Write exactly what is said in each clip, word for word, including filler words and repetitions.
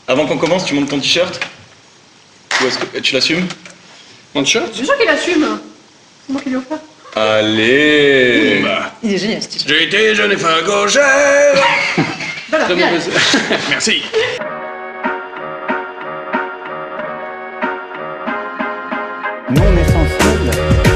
Avant qu'on commence, tu montes ton t-shirt? Ou est-ce que tu l'assumes? Mon t-shirt? C'est sûr qu'il assume. C'est moi qui lui ai offert. Allez. Bah. Il est génial ce t-shirt. J'ai été jeune et fin gaucher. Voilà, Très mauvaise. Merci. Non essentiel.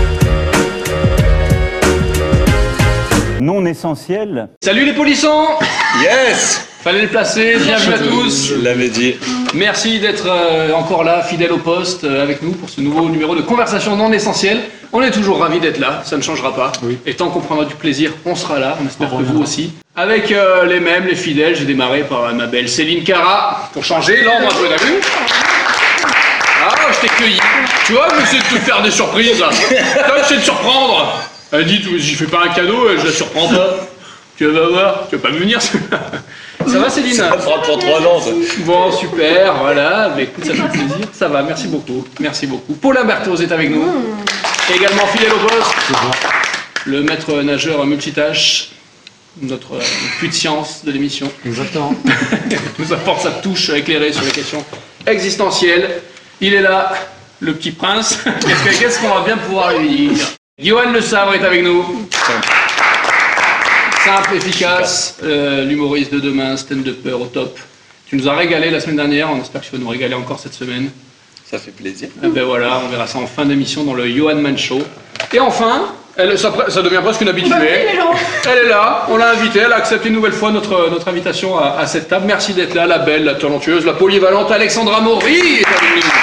Non essentiel. Salut les polissons! Yes! Fallait le placer, bienvenue à tous. Je l'avais dit. Merci d'être euh, encore là, fidèle au poste, euh, avec nous pour ce nouveau numéro de Conversation non essentielle. On est toujours ravis d'être là, ça ne changera pas. Oui. Et tant qu'on prendra du plaisir, on sera là, on espère on que vous aussi. Avec euh, les mêmes, les fidèles, j'ai démarré par euh, ma belle Céline Cara, pour changer l'ordre un peu, t'as vu? Ah, je t'ai cueilli. Tu vois, j'essaie de te faire des surprises là. J'essaie de surprendre. Elle dit, j'y fais pas un cadeau, je la surprends pas. Tu vas voir, tu vas pas me venir. Ça va Céline? Ça fera pour trois ans ça. Bon, super, voilà, mais écoute, ça fait plaisir. Ça va, merci beaucoup, merci beaucoup. Paulin Berthoz est avec nous, mmh. également fidèle au poste. Le maître nageur multitâche, notre euh, puits de science de l'émission. Exactement. Nous apporte sa touche éclairée sur les questions existentielles. Il est là, le petit prince. Qu'est-ce, qu'est-ce qu'on va bien pouvoir lui dire? Johan Le Sabre est avec nous. Simple, efficace, euh, l'humoriste de demain, stand-upper au top. Tu nous as régalé la semaine dernière, on espère que tu vas nous régaler encore cette semaine. Ça fait plaisir. Et ben voilà, on verra ça en fin d'émission dans le Johan Man Show. Et enfin, elle, ça, ça devient presque une habituée. Elle est là, on l'a invitée, elle a accepté une nouvelle fois notre, notre invitation à, à cette table. Merci d'être là, la belle, la talentueuse, la polyvalente Alexandra Maury est avec nous.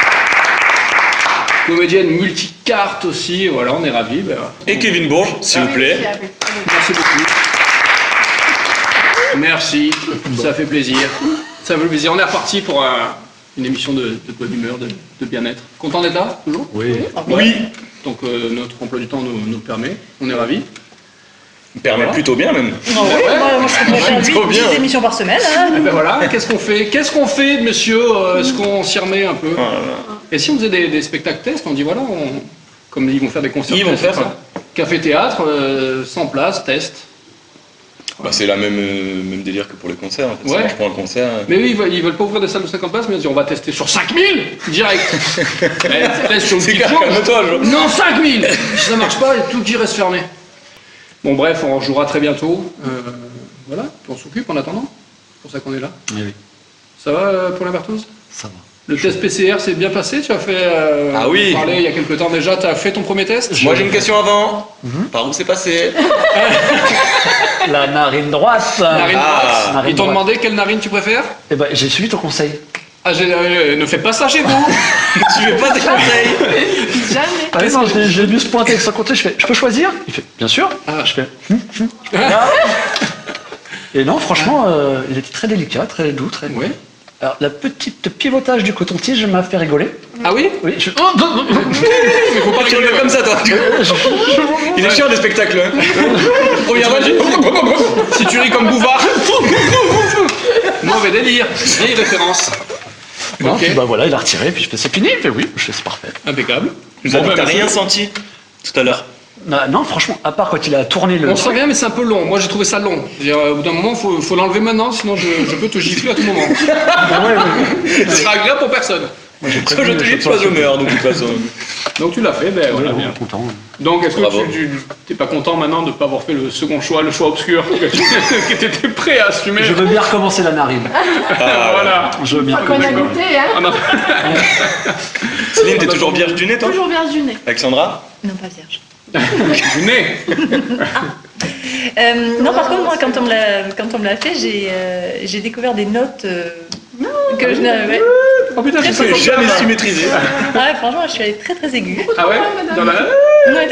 Comédienne multicarte aussi, voilà, on est ravis. Ben, et Kevin Bourges, s'il vous plaît. Merci beaucoup. Merci, ça fait plaisir. Ça fait plaisir. On est reparti pour un, une émission de, de bonne humeur, de, de bien-être. Content d'être là, toujours? Oui. Oui. oui. Donc euh, notre emploi du temps nous, nous permet, on est ravis. Il permet voilà. Plutôt bien même. Oh, oui, ouais. Moi, moi je pourrais faire dix émissions par semaine. Hein. Et ben voilà, qu'est-ce qu'on fait? Qu'est-ce qu'on fait, monsieur? Est-ce qu'on s'y remet un peu? Voilà. Et si on faisait des, des spectacles tests, on dit voilà, on, comme ils vont faire des concerts. Ils vont faire ça. Café-théâtre, euh, sans place, test. Bah, c'est la même, euh, même délire que pour les concerts. En fait. Ouais. Si je prends un concert. Mais oui, ils veulent, ils veulent pas ouvrir des salles de cinquante places, mais ils disent on va tester sur cinq mille direct. Teste sur une c'est petite calme-toi, non, cinq mille. Si ça marche pas, tout qui reste fermé. Bon, bref, on jouera très bientôt. Euh, voilà, on s'occupe en attendant. C'est pour ça qu'on est là. Oui, oui. Ça va, Paulin Berthoz? Ça va. Le test P C R s'est bien passé? Tu as fait. Euh, ah oui. Parlé il y a quelques temps déjà. Tu as fait ton premier test? Moi j'ai une question avant. Mm-hmm. Par où c'est passé? La narine droite. Narine ah, droite. Narine Ils t'ont droite. demandé quelle narine tu préfères? Eh ben, j'ai suivi ton conseil. Ah, j'ai, euh, ne faites pas ça chez vous. Tu fais pas des conseils. Jamais. Ah, non, j'ai, j'ai dû se pointer avec son conseil. Je fais, je peux choisir? Il fait, bien sûr. Ah. Je fais, hum, hum. Et non, franchement, euh, il était très délicat, très doux, très. Oui. Alors, la petite pivotage du coton-tige m'a fait rigoler. Ah oui? Oui. Je... Mais faut pas rigoler comme ça, toi. Il est chiant des spectacles. Hein. Première fois, si tu ris comme Bouvard. Mauvais délire. Vieille référence. Non, okay. Puis bah voilà, il a retiré, puis je fais, c'est fini. Il fait oui, je fais, c'est parfait. Impeccable. Bon, bah, t'as rien senti tout à l'heure? Non, non, franchement, à part quand il a tourné le. On sent bien, mais c'est un peu long. Moi, j'ai trouvé ça long. Au bout d'un moment, il faut, faut l'enlever maintenant, sinon je, je peux te gifler à tout moment. Ah ouais, ouais. Ce sera agréable pour personne. Moi, j'ai soit je te lis, soit je meurs, de toute façon. Donc tu l'as fait, ben voilà, oui, bien. Content. Donc est-ce Bravo. que tu n'es pas content maintenant de ne pas avoir fait le second choix, le choix obscur que tu étais prêt à assumer? Je veux bien recommencer la narine. Ah, voilà. Je veux bien Qu'on a goûté, hein. A... Céline, t'es toujours vierge du nez, toi? Toujours vierge du nez. Alexandra? Non, pas vierge. Du nez. euh, non, par contre, moi, quand on me l'a, quand on me l'a fait, j'ai, euh, j'ai découvert des notes euh, non, que je n'avais oh putain, je sais jamais su maîtriser. Ah ouais, franchement, je suis allée très très aiguë. Ah ouais? Dans la... Ouais.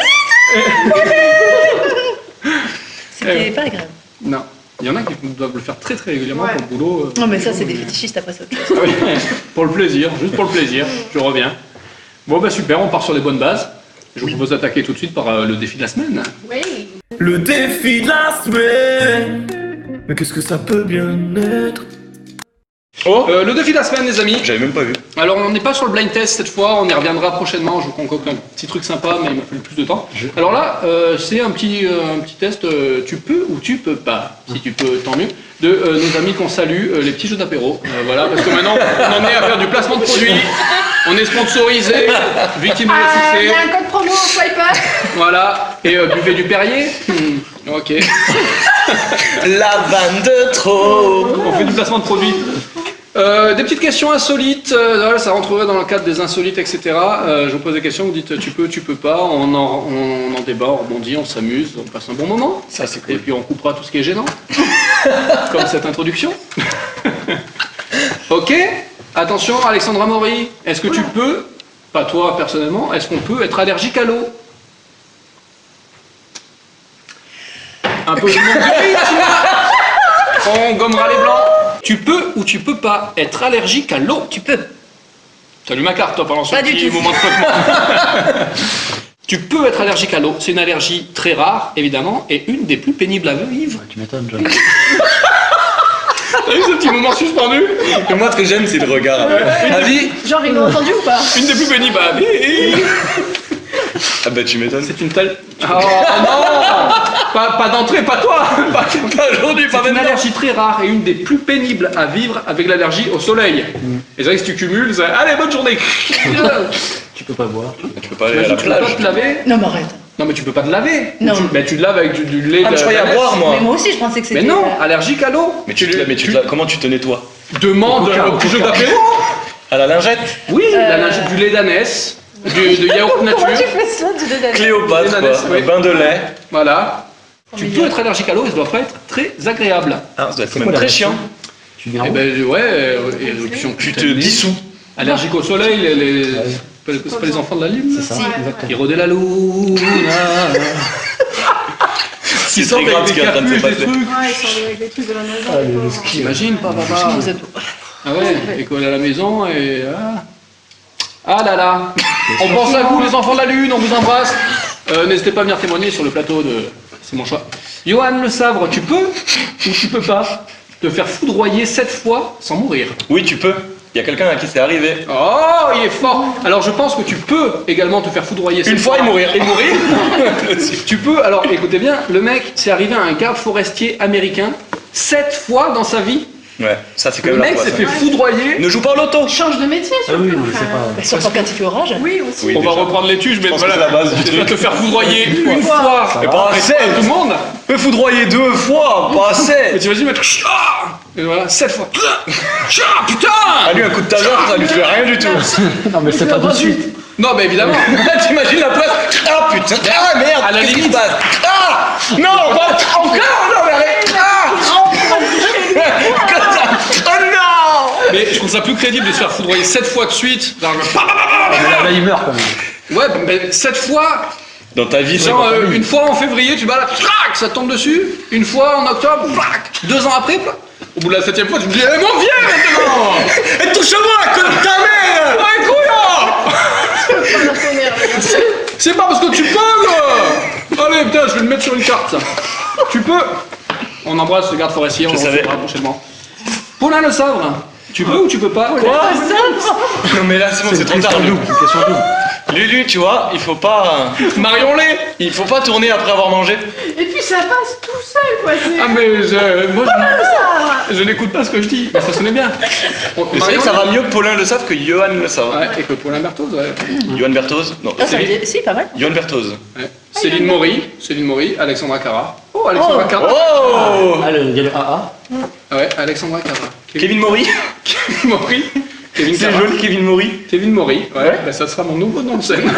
C'était pas agréable. Non. Il y en a qui doivent le faire très très régulièrement ouais. pour le boulot. Euh, non, mais ça, c'est des fétichistes après ça. Autre chose. Ah oui. Pour le plaisir, juste pour le plaisir. Je reviens. Bon, bah super, on part sur des bonnes bases. Je vous propose d'attaquer tout de suite par euh, le défi de la semaine. Oui. Le défi de la semaine. Mais qu'est-ce que ça peut bien être? Oh Euh, le défi de la semaine, les amis. J'avais même pas vu. Alors, on n'est pas sur le blind test cette fois, on y reviendra prochainement. Je vous concocte un petit truc sympa, mais il m'a fallu plus de temps. Alors là, euh, c'est un petit, euh, un petit test, euh, tu peux ou tu peux pas. Si tu peux, tant mieux. De euh, nos amis qu'on salue, euh, les petits jeux d'apéro. Euh, voilà, parce que maintenant, on en est à faire du placement de produits. On est sponsorisé, victime de Ah, il y succès. a un code promo en swipe up. Voilà, et euh, buvez du Perrier. Hmm, ok. La vanne de trop. On fait du placement de produits. Euh, des petites questions insolites, euh, voilà, ça rentrerait dans le cadre des insolites, et cetera. Euh, je vous pose des questions, vous dites tu peux, tu peux pas, on en, on en débat, on rebondit, on s'amuse, on passe un bon moment. Ça, c'est cool. Et puis on coupera tout ce qui est gênant, comme cette introduction. Ok, attention Alexandra Maury, est-ce que tu peux, pas toi personnellement, est-ce qu'on peut être allergique à l'eau? Un peu de monde de vite. On gommera les blancs. Tu peux ou tu peux pas être allergique à l'eau? Tu peux. Salut ma carte, toi, pendant ce Pas du petit tout. moment de flottement. Tu peux être allergique à l'eau. C'est une allergie très rare, évidemment, et une des plus pénibles à vivre. Tu m'étonnes, John. T'as vu ce petit moment suspendu? Et moi, très jeune, c'est le regard. Avis. Genre, ils l'ont entendu ou pas? Une des plus pénibles à vivre. Ah bah tu m'étonnes. C'est une telle... Oh non, Pas, pas d'entrée, pas toi. Pas, Pas aujourd'hui, pas C'est une maintenant. allergie très rare et une des plus pénibles à vivre avec l'allergie au soleil. Et c'est vrai que si tu cumules, ça... allez, bonne journée. Tu peux pas boire. Tu peux pas aller à la Tu peux pas plage. te laver? Non, mais arrête. Non, mais tu peux pas te laver. Non. Tu, ben, tu te laves avec du, du lait Ah, mais je croyais à d'ânesse. boire, moi. Mais moi aussi, je pensais que c'était. Mais non, euh, allergique à l'eau. Mais tu te, mais tu te, comment tu te nettoies? Demande Coca, au petit jeu Coca. d'apéro. À la lingette. Oui, Euh. la linge- du lait d'ânesse, du, de yaourt Comment nature. tu fais ça, du lait d'année? Cléopâtre, Des nanesses, quoi. oui. Un bain de lait. Voilà. Tu Formidable. peux être allergique à l'eau et ça doit pas être très agréable. Ah, ça doit être C'est même quoi la très réaction? chiant. Tu viens Eh où? ben ouais, euh, éruption Tu te cutanée. dissous. Allergique au soleil, les, les... c'est pas les enfants de la lune. C'est ça, Si. exactement. Qui rôdaient la lune. C'est Ils sont très grave ce avec qui des est en train de se capuches, des passer. trucs. Ouais, ils sont avec les trucs de la maison. Ah, les le- le pauvres. ski. T'imagines, papa, Franchement, papa. vous êtes. Ah ouais, école à la maison et... Ah, ah là là. On pense à vous les enfants de la lune, on vous embrasse. Euh, N'hésitez pas à venir témoigner sur le plateau de... C'est mon choix. Johan Le Sabre, tu peux ou tu peux pas te faire foudroyer sept fois sans mourir? Oui, tu peux. Il y a quelqu'un à qui c'est arrivé. Oh, il est fort. Alors je pense que tu peux également te faire foudroyer sept Une fois et mourir. Et mourir. Tu peux, alors écoutez bien, le mec, c'est arrivé à un garde forestier américain sept fois dans sa vie. Ouais, ça c'est quand Le même la mec fois, s'est ça. fait foudroyer. Ne joue pas au loto. Change de métier, Ah oui, surtout. non, mais c'est Enfin, pas. Bah, surtout quand il fait orage. Oui, aussi. Oui, On va déjà. reprendre les tuches, mais Je pense voilà. que c'est la base du Tu vas truc. te faire foudroyer une fois. Mais pas Et assez. pas tout le monde. Me foudroyer deux fois, pas Et assez. tu vas-y mettre. Et voilà, sept fois. Putain. Ah lui un coup de taser, ça lui fait rien du tout. Non, mais c'est pas tout de suite. Non, mais évidemment. T'imagines la place? Ah putain, ah merde, À la qu'est-ce qui limite. se passe? Ah non, pas encore, non mais arrête. Ah oh non. Mais je trouve ça plus crédible de se faire foudroyer sept fois de suite. Genre, Mais là, là, il meurt quand même. ouais, mais sept fois. Dans ta vie, c'est Genre, pas euh, famille. une fois en février, tu vas là, plac, ça tombe dessus. Une fois en octobre, plac. Deux ans après, plac. Au bout de la septième fois, tu me dis, eh, mon vieux maintenant. Et touche-moi, que ta mère. Ouais, couillon. C'est pas parce que tu peux, quoi. Allez, putain, je vais le mettre sur une carte, ça. Tu peux. On embrasse le garde forestier, on le savais. retrouvera prochainement. Paulin Le Sabre, tu peux ou tu peux pas? Quoi? Non mais là c'est bon, c'est trop tard. double. Une question double. Lulu, tu vois, il faut pas, Marion Lé. il faut pas tourner après avoir mangé. Et puis ça passe tout seul, quoi. C'est... Ah, mais je, moi, ça. je, je n'écoute pas ce que je dis. Mais ça sonnait bien. On- Mais c'est vrai Marion que ça Lé. va mieux que Paulin Le Savre que Johan Le Savre. Ouais, et que Paulin Berthoz, ouais. Johan Berthoz. Non, Ah, ça Céline. veut dire- Si, pas mal. Johan Berthoz. Ouais. Céline Maury, Céline Maury, Alexandra Cara. Oh, Alexandra Oh. Cara. Oh Ah, le- il y a le A A. Ah ouais, Alexandra Cara. Kevin Maury. Kevin Maury. Kevin C'est Cara. joli, Kevin Maury. Kevin Maury, ouais, bah, ça sera mon nouveau nom de scène.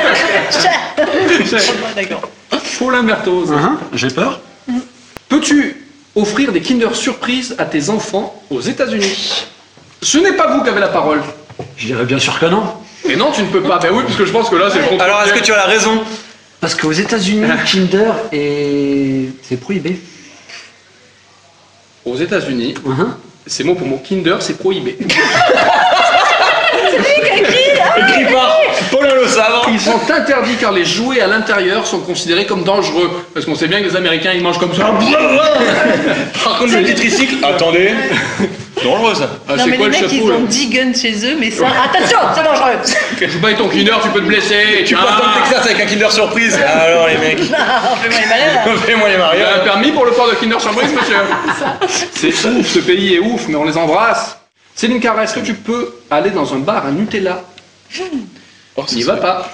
D'accord. Paulin Berthoz. Hein, j'ai peur. Peux-tu offrir des Kinder Surprise à tes enfants aux États-Unis? Ce n'est pas vous qui avez la parole. Je dirais bien sûr que non. Et non, tu ne peux pas. Ben oui, parce que je pense que là, c'est le contre. Alors est-ce que tu as la raison? Parce qu'aux États-Unis, Kinder est. C'est prohibé. Aux États-Unis, Hein. c'est mot pour mot. Kinder, c'est prohibé. Écrit par Paulin Le Savre. Ils sont interdits car les jouets à l'intérieur sont considérés comme dangereux. Parce qu'on sait bien que les Américains, ils mangent comme ça. Par contre, le petit tricycle. Attendez. Dangereux ça. Ah, Non c'est mais quoi les le mecs chapeau ils là ont dix guns chez eux, mais ça, attention, c'est dangereux. Je joue pas avec ton Kinder, tu peux te blesser. Et Tu passes dans le Texas avec un Kinder Surprise. Alors les mecs, Non, fais-moi les malins là. fais-moi les Il y Mario. a un permis pour le port de Kinder Surprise, monsieur. C'est ouf, ce pays est ouf, mais on les embrasse. Céline Cara, est-ce que tu peux aller dans un bar à Nutella? Oh, N'y va pas.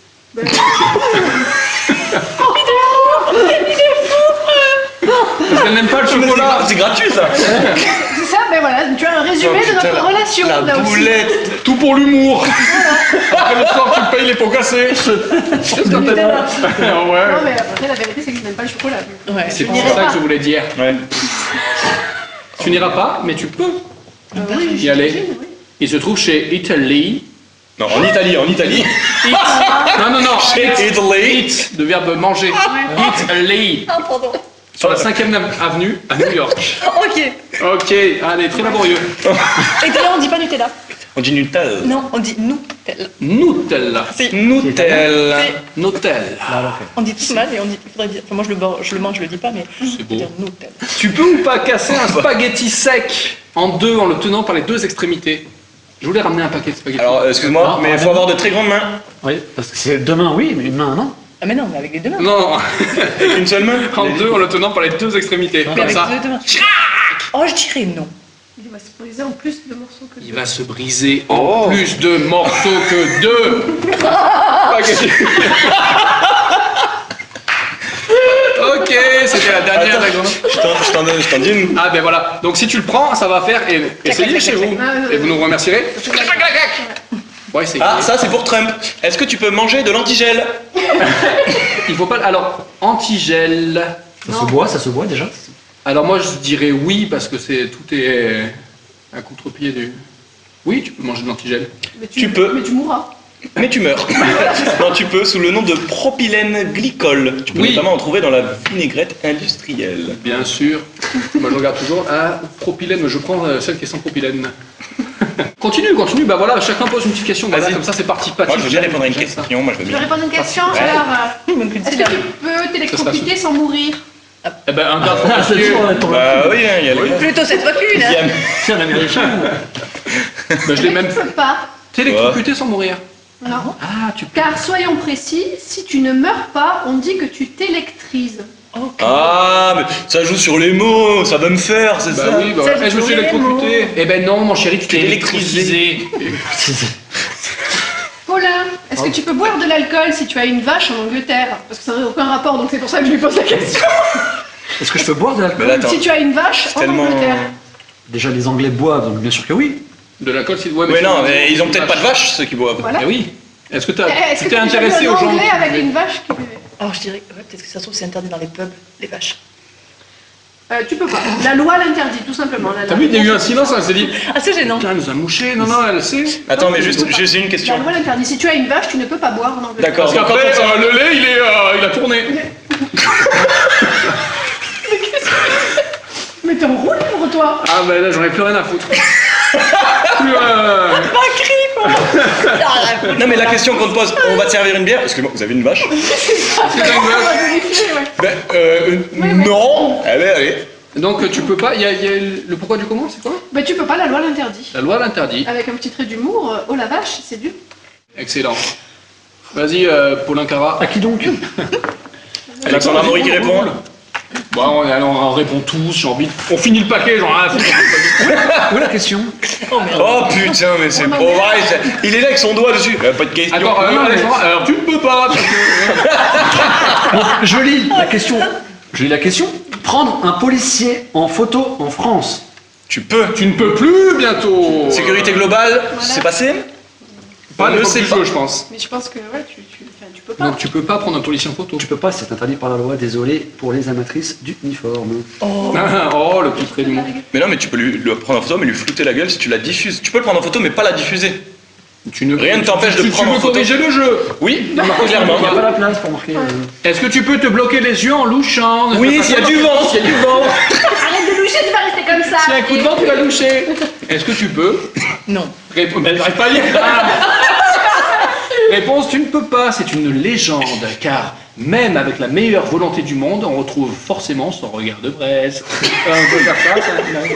Parce qu'elle n'aime pas le chocolat. C'est gratuit ça. C'est ça, ben voilà, tu as un résumé Oh, de putain, notre la- relation. La là aussi. boulette. Tout pour l'humour. Après le soir, tu payes les pots cassés. Qu'est-ce que t'as Nutella. fait? Non, Ouais. mais après, la vérité, c'est que je n'aime pas le chocolat. Ouais. C'est Je pour n'irai ça pas. que je voulais dire. Ouais. Tu n'iras pas, mais tu peux Oui, y aller. j'imagine, oui. Il se trouve chez Italy. Non, en Italie, en Italie. Eat. Non, non, non. Chez Eat. Italy. Eat, de verbe manger. Italy. Ah pardon. Sur la cinquième avenue à New York. Ok. Ok, allez, très laborieux. Et tout à l'heure on dit pas Nutella. On dit Nutella. Non, on dit Nutella. Nutella. C'est- Nutella. c'est- Nutella. On dit tout mal et on dit. Faudrait dire. Enfin moi je le, bo- je le mange, je le dis pas, mais. C'est beau. Dire Nutella. Tu peux ou pas casser un spaghetti sec en deux en le tenant par les deux extrémités? Je voulais ramener un paquet de spaghetti. Alors, euh, excuse-moi, Non, mais il ah, faut non. avoir de très grandes mains. Oui, parce que c'est deux mains, oui, mais une main, non. Ah mais non, mais avec les deux mains. Non, Avec une seule main. en deux en le tenant par les deux extrémités. Mais Comme avec ça. les deux mains. Oh je dirais non. Il va se briser en plus de morceaux que Il va se briser en plus de morceaux que deux. Spaghetti. Ok, c'était la dernière Attends. règle. Je t'en- je t'en donne, je t'en dis une. Ah ben voilà, donc si tu le prends, ça va faire et essayez clac, chez clac, vous. clac. Et vous nous remercierez. Clac, clac, clac, clac. Ouais, c'est Ah, ça c'est pour Trump. Est-ce que tu peux manger de l'antigel? Il faut pas. Alors, antigel. Ça se boit, ça se boit déjà. Alors moi je dirais oui parce que c'est tout est à contre-pied du. Oui, tu peux manger de l'antigel. Mais Tu peux. Mais tu mourras. Mais tu meurs. Non, tu peux sous le nom de propylène glycol. Tu peux Oui. notamment en trouver dans la vinaigrette industrielle. Bien sûr. Moi je regarde toujours la propylène, mais je prends euh, celle qui est sans propylène. Continue, continue. Bah voilà, chacun pose une petite question. Voilà, Vas-y. comme ça c'est parti. Moi, je veux bien répondre à une J'aime ça. question. Moi, je veux Je vais bien. répondre à une question. Ouais. Alors, euh, Il manque une est-ce que syllabe. tu peux t'électrocuter sans mourir? Eh ben un gars Ah, c'est sûr, on attend. Bah oui, hein, il y a les gars. Plutôt cette fois qu'une. Il y Hein. a- C'est un américain. Bah, je l'ai même Tu peux pas. télécomputé sans mourir. Non. Ah, tu peux. Car soyons précis, si tu ne meurs pas, on dit que tu t'électrises. Ah, mais ça joue sur les mots, ça va me faire, c'est Bah ça. oui, bah Ça, voilà. Eh, je me suis j'ai trouvé les électrocuté. Eh ben non, mon chéri, tu t'es t'es électrisé. Paulin, est-ce que tu peux boire de l'alcool si tu as une vache en Angleterre? Parce que ça n'a aucun rapport, donc c'est pour ça que je lui pose la question. Est-ce que je peux boire de Mais l'alcool? là, attends, Si tu as une vache c'est en tellement. Angleterre. Déjà, les Anglais boivent, donc bien sûr que oui. De l'alcool, si. Ouais, Mais c'est- non, mais ils ont peut-être pas de vache, ceux qui boivent. Voilà. Eh oui. Est-ce que t'as- Eh, Est-ce tu que t'es tu as intéressé vu un aux gens Anglais qui avec buvaient une vache qui... Alors je dirais, ouais, peut-être que ça se trouve c'est interdit dans les pubs, les vaches. Euh, tu peux pas. La loi l'interdit, tout simplement. La- T'as vu, il y a eu un silence, elle s'est dit. Ah c'est gênant. Putain, elle nous a mouché. Non, non, elle sait. Attends, mais juste, juste une La question. loi l'interdit. Si tu as une vache, tu ne peux pas boire en Angleterre. D'accord. Parce donc qu'après, quand on euh, le lait, il est, euh, il a tourné. Mais t'es en roue libre, toi. Ah bah là, j'en ai plus rien à foutre. Plus, euh, Pas cri quoi. Ah, Non, mais la question qu'on te pose, on va te servir une bière. Excuse-moi, vous avez une vache? c'est dingue, On ouais. va vérifier, ouais. Ben, euh, non. Allez, allez. Donc tu peux pas. Il y, a il y a le pourquoi du comment, c'est quoi? Mais tu peux pas, la loi l'interdit. La loi l'interdit. Avec un petit trait d'humour, euh, oh la vache, c'est dur. Excellent. Vas-y, euh, Paulin Cara. À qui donc? Alexandre Amaury qui répond. Bon, on, alors, on répond tous, j'ai envie. de- On finit le paquet, genre. Ah, faut- Où est la question? Oh merde. Oh putain, mais c'est pas vrai. ça- Il est là avec son doigt dessus. Euh, Pas de question. Attends, euh, Non, mais- Alexandre, alors tu ne peux pas. parce que- Donc, je lis la question. Je lis la question. Prendre un policier en photo en France. Tu peux. Tu ne peux plus bientôt. Sécurité globale, c'est passé? Pas On le ne sait sait jeu, pas. je pense. Mais je pense que ouais, tu, tu, enfin, tu peux pas. Donc tu peux pas prendre un policier en photo. Tu peux pas, c'est interdit par la loi. Désolé pour les amatrices d'uniforme. Oh. Oh, le petit trait du monde. Mais non, mais tu peux lui, le prendre en photo, mais lui flouter la gueule si tu la diffuses. Tu peux le prendre en photo, mais pas la diffuser. Tu ne, Rien ne t'empêche de tu, prendre tu en veux photo. corriger le jeu. Oui, Il clairement. n'y a pas la place pour marquer. euh, Est-ce que tu peux te bloquer les yeux en louchant? Ne Oui, fais pas s'il y a ça du dans- vent. S'il y a du vent. Arrête de loucher, tu vas rester comme ça. S'il y a un coup de vent, tu vas loucher. Est-ce que tu peux? Non. Réponse. Ben, j'arrive pas à lire. Ah. Réponse, tu ne peux pas. C'est une légende, car même avec la meilleure volonté du monde, on retrouve forcément son regard de braise. Euh, on peut faire ça, ça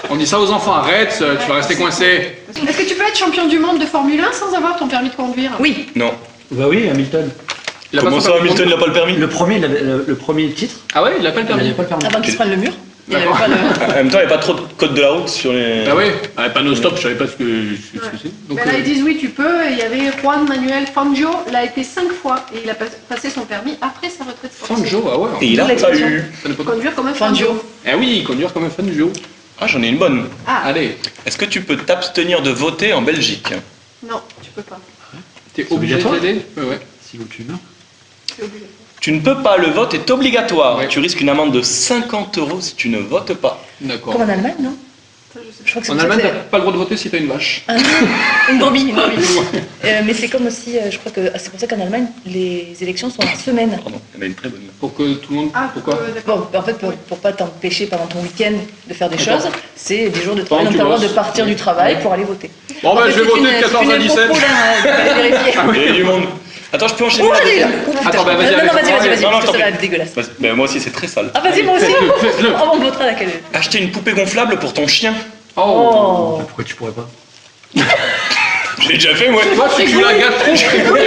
On dit ça aux enfants, arrête, euh, tu vas rester coincé. Est-ce que tu peux être champion du monde de Formule un sans avoir ton permis de conduire? Oui. Non. Bah oui, Hamilton. Il a Comment pas ça, son permis de Hamilton n'a pas le permis? Le premier, il avait- le, le premier titre, Ah ouais, il a pas le il permis. n'avait pas le permis. Avant qu'il se prenne le mur. Il avait D'accord. pas le... En même temps, il n'y a pas trop de code de la route sur les. Ah ouais, ah, pas no-stop, je savais pas ce que ce que Ouais. c'est. Donc, Ben là, euh, ils disent oui, tu peux. Et il y avait Juan Manuel Fangio, l'a été cinq fois et il a pas- passé son permis après sa retraite sportive. Fangio, ah ouais. Et il a D'où pas l'expression. eu. Ça n'est pas- Conduire comme un Fangio. Fangio. Eh oui, conduire comme un Fangio. Ah, j'en ai une bonne. Ah, Allez, Est-ce que tu peux t'abstenir de voter en Belgique? non, tu peux pas. t'es obligé obligatoire d'aider? Ouais, ouais. Si tu meurs. C'est obligatoire. Tu ne peux pas, le vote est obligatoire. Ouais. Tu risques une amende de cinquante euros si tu ne votes pas. D'accord. Comme en Allemagne, non? Ça, je sais Je crois que c'est En pour ça Allemagne, que t'as pas le droit de voter si t'as une vache. c'est- Une brebis, une brebis. Euh, mais c'est comme aussi, euh, je crois que c'est pour ça qu'en Allemagne, les élections sont en semaine. Pardon, il y en a une très bonne. Pour que tout le monde. Ah, Pourquoi euh, d'accord. Bon, en fait, pour, pour pas t'empêcher pendant ton week-end de faire des D'accord. choses, c'est des jours de Pendant travail, que donc tu t'as le droit de bosses. partir du travail pour aller voter. Bon, En bah, fait, je vais c'est voter une- de quatorze c'est à une dix-sept. info pour là, euh, aller vérifier. Il y a du monde. Attends, je peux enchaîner Oh, la allez, deuxième là. Attends, bah, vas-y, Non, non, avec- vas-y, vas-y, vas-y, Non, non, parce je que t'en ça va prie. être dégueulasse. Bah, bah, moi aussi, c'est très sale. Ah, vas-y, moi aussi. Faites-le, faites-le. Oh, on votera laquelle. Acheter une poupée gonflable pour ton chien. Oh. Oh. Pourquoi tu pourrais pas? Je l'ai déjà fait, moi. Toi, si tu la gâtes trop, je serais combien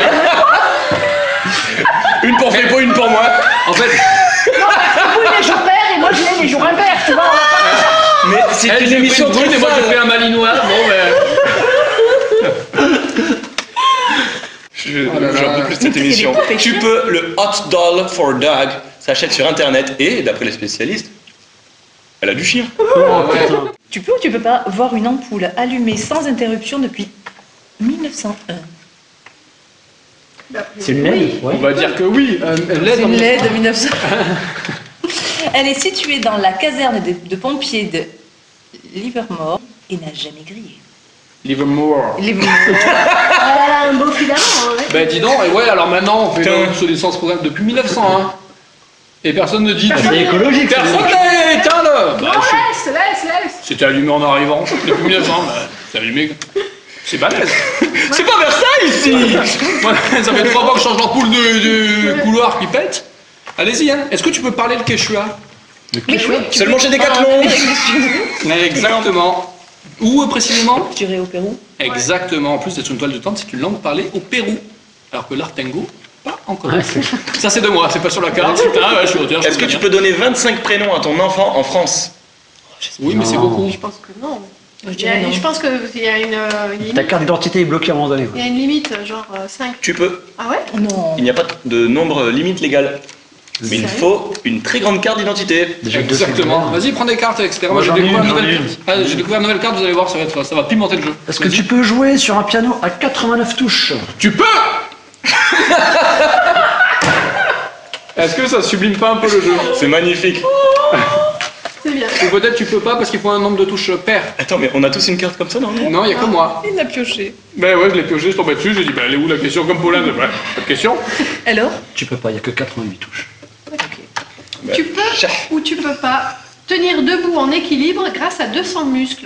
Une pour Flépo, une pour moi. En fait, Oui, les jours pairs et moi je l'ai les jours impairs, tu vois. Mais c'est elle, une j'ai pris émission une brune très et moi, j'ai pris sale. un malinois. Bon, ben. Je- Oh là là. J'en peux plus de cette Mais il y a des émission. poupées Tu chiens. peux, le Hot Doll for Dog s'achète sur internet et, d'après les spécialistes, elle a du chien. Oh ouais. putain. Tu peux ou tu peux pas voir une ampoule allumée sans interruption depuis mille neuf cent un? Bah, C'est une L E D, oui. ouais. On va dire que oui. Euh, C'est L E D, une on- L E D de mille neuf cents. Elle est située dans la caserne de, de pompiers de Livermore et n'a jamais grillé. Livermore. Livermore. Ah, un beau filament, ouais. Ben dis donc, et ouais, alors maintenant on fait Putain. l'obsolescence programme depuis mille neuf cent un. Et personne ne dit. Ah, tu- c'est écologique, ça. Personne n'a éteint là. Non, laisse, laisse, laisse. C'était allumé en arrivant. Depuis mille neuf cent, bah, c'est allumé. C'est balèze. C'est pas Versailles ici. Ouais, ça fait trois fois que je change l'ampoule de, de couloir qui pète. Allez-y, hein. Est-ce que tu peux parler le Quechua? Oui, oui, tu Seulement peux- chez Decathlon. en Amérique du Sud. Exactement. Où euh, précisément? Je dirais au Pérou. Exactement. En plus d'être une toile de tente, c'est une langue parlée au Pérou. Alors que l'artengo, pas encore. Ouais, c'est- Ça c'est de moi, c'est pas sur la carte. C'est ah, ouais, je suis auteur. je Est-ce que suis tu peux donner vingt-cinq prénoms à ton enfant en France? Oui, mais c'est Non. beaucoup. Je pense que non. Je Il y a- dirais non. je pense qu'il y a une, euh, une Ta limite. carte d'identité est bloquée à un moment donné. Il y a une limite, genre cinq. Tu peux. Ah ouais? Non. Il n'y a pas de nombre limite légale. Mais il Sérieux faut une très grande carte d'identité. Déjà deux Exactement. secondes. Vas-y, prends des cartes, et cetera. Moi, Moi, j'ai j'en ai découvert, une, une j'en ai nouvelle... une. Ah, j'ai découvert une nouvelle carte, vous allez voir, ça va, être... ça va pimenter le jeu. Est-ce que Vas-y. tu peux jouer sur un piano à quatre-vingt-neuf touches? Tu peux Est-ce que ça sublime pas un peu le jeu? C'est magnifique. C'est bien. Ou peut-être tu peux pas parce qu'il faut un nombre de touches pair. Attends, mais on a tous une carte comme ça, non? Non, il y a que moi. Il l'a pioché. Ben ouais, je l'ai pioché, je tombais dessus, j'ai dit, ben elle est où la question comme Paulin? Ben, pas de question. Alors Tu peux pas, il n'y a que quatre-vingt-huit touches. Bah, Tu peux chat. ou tu peux pas tenir debout en équilibre grâce à deux cents muscles.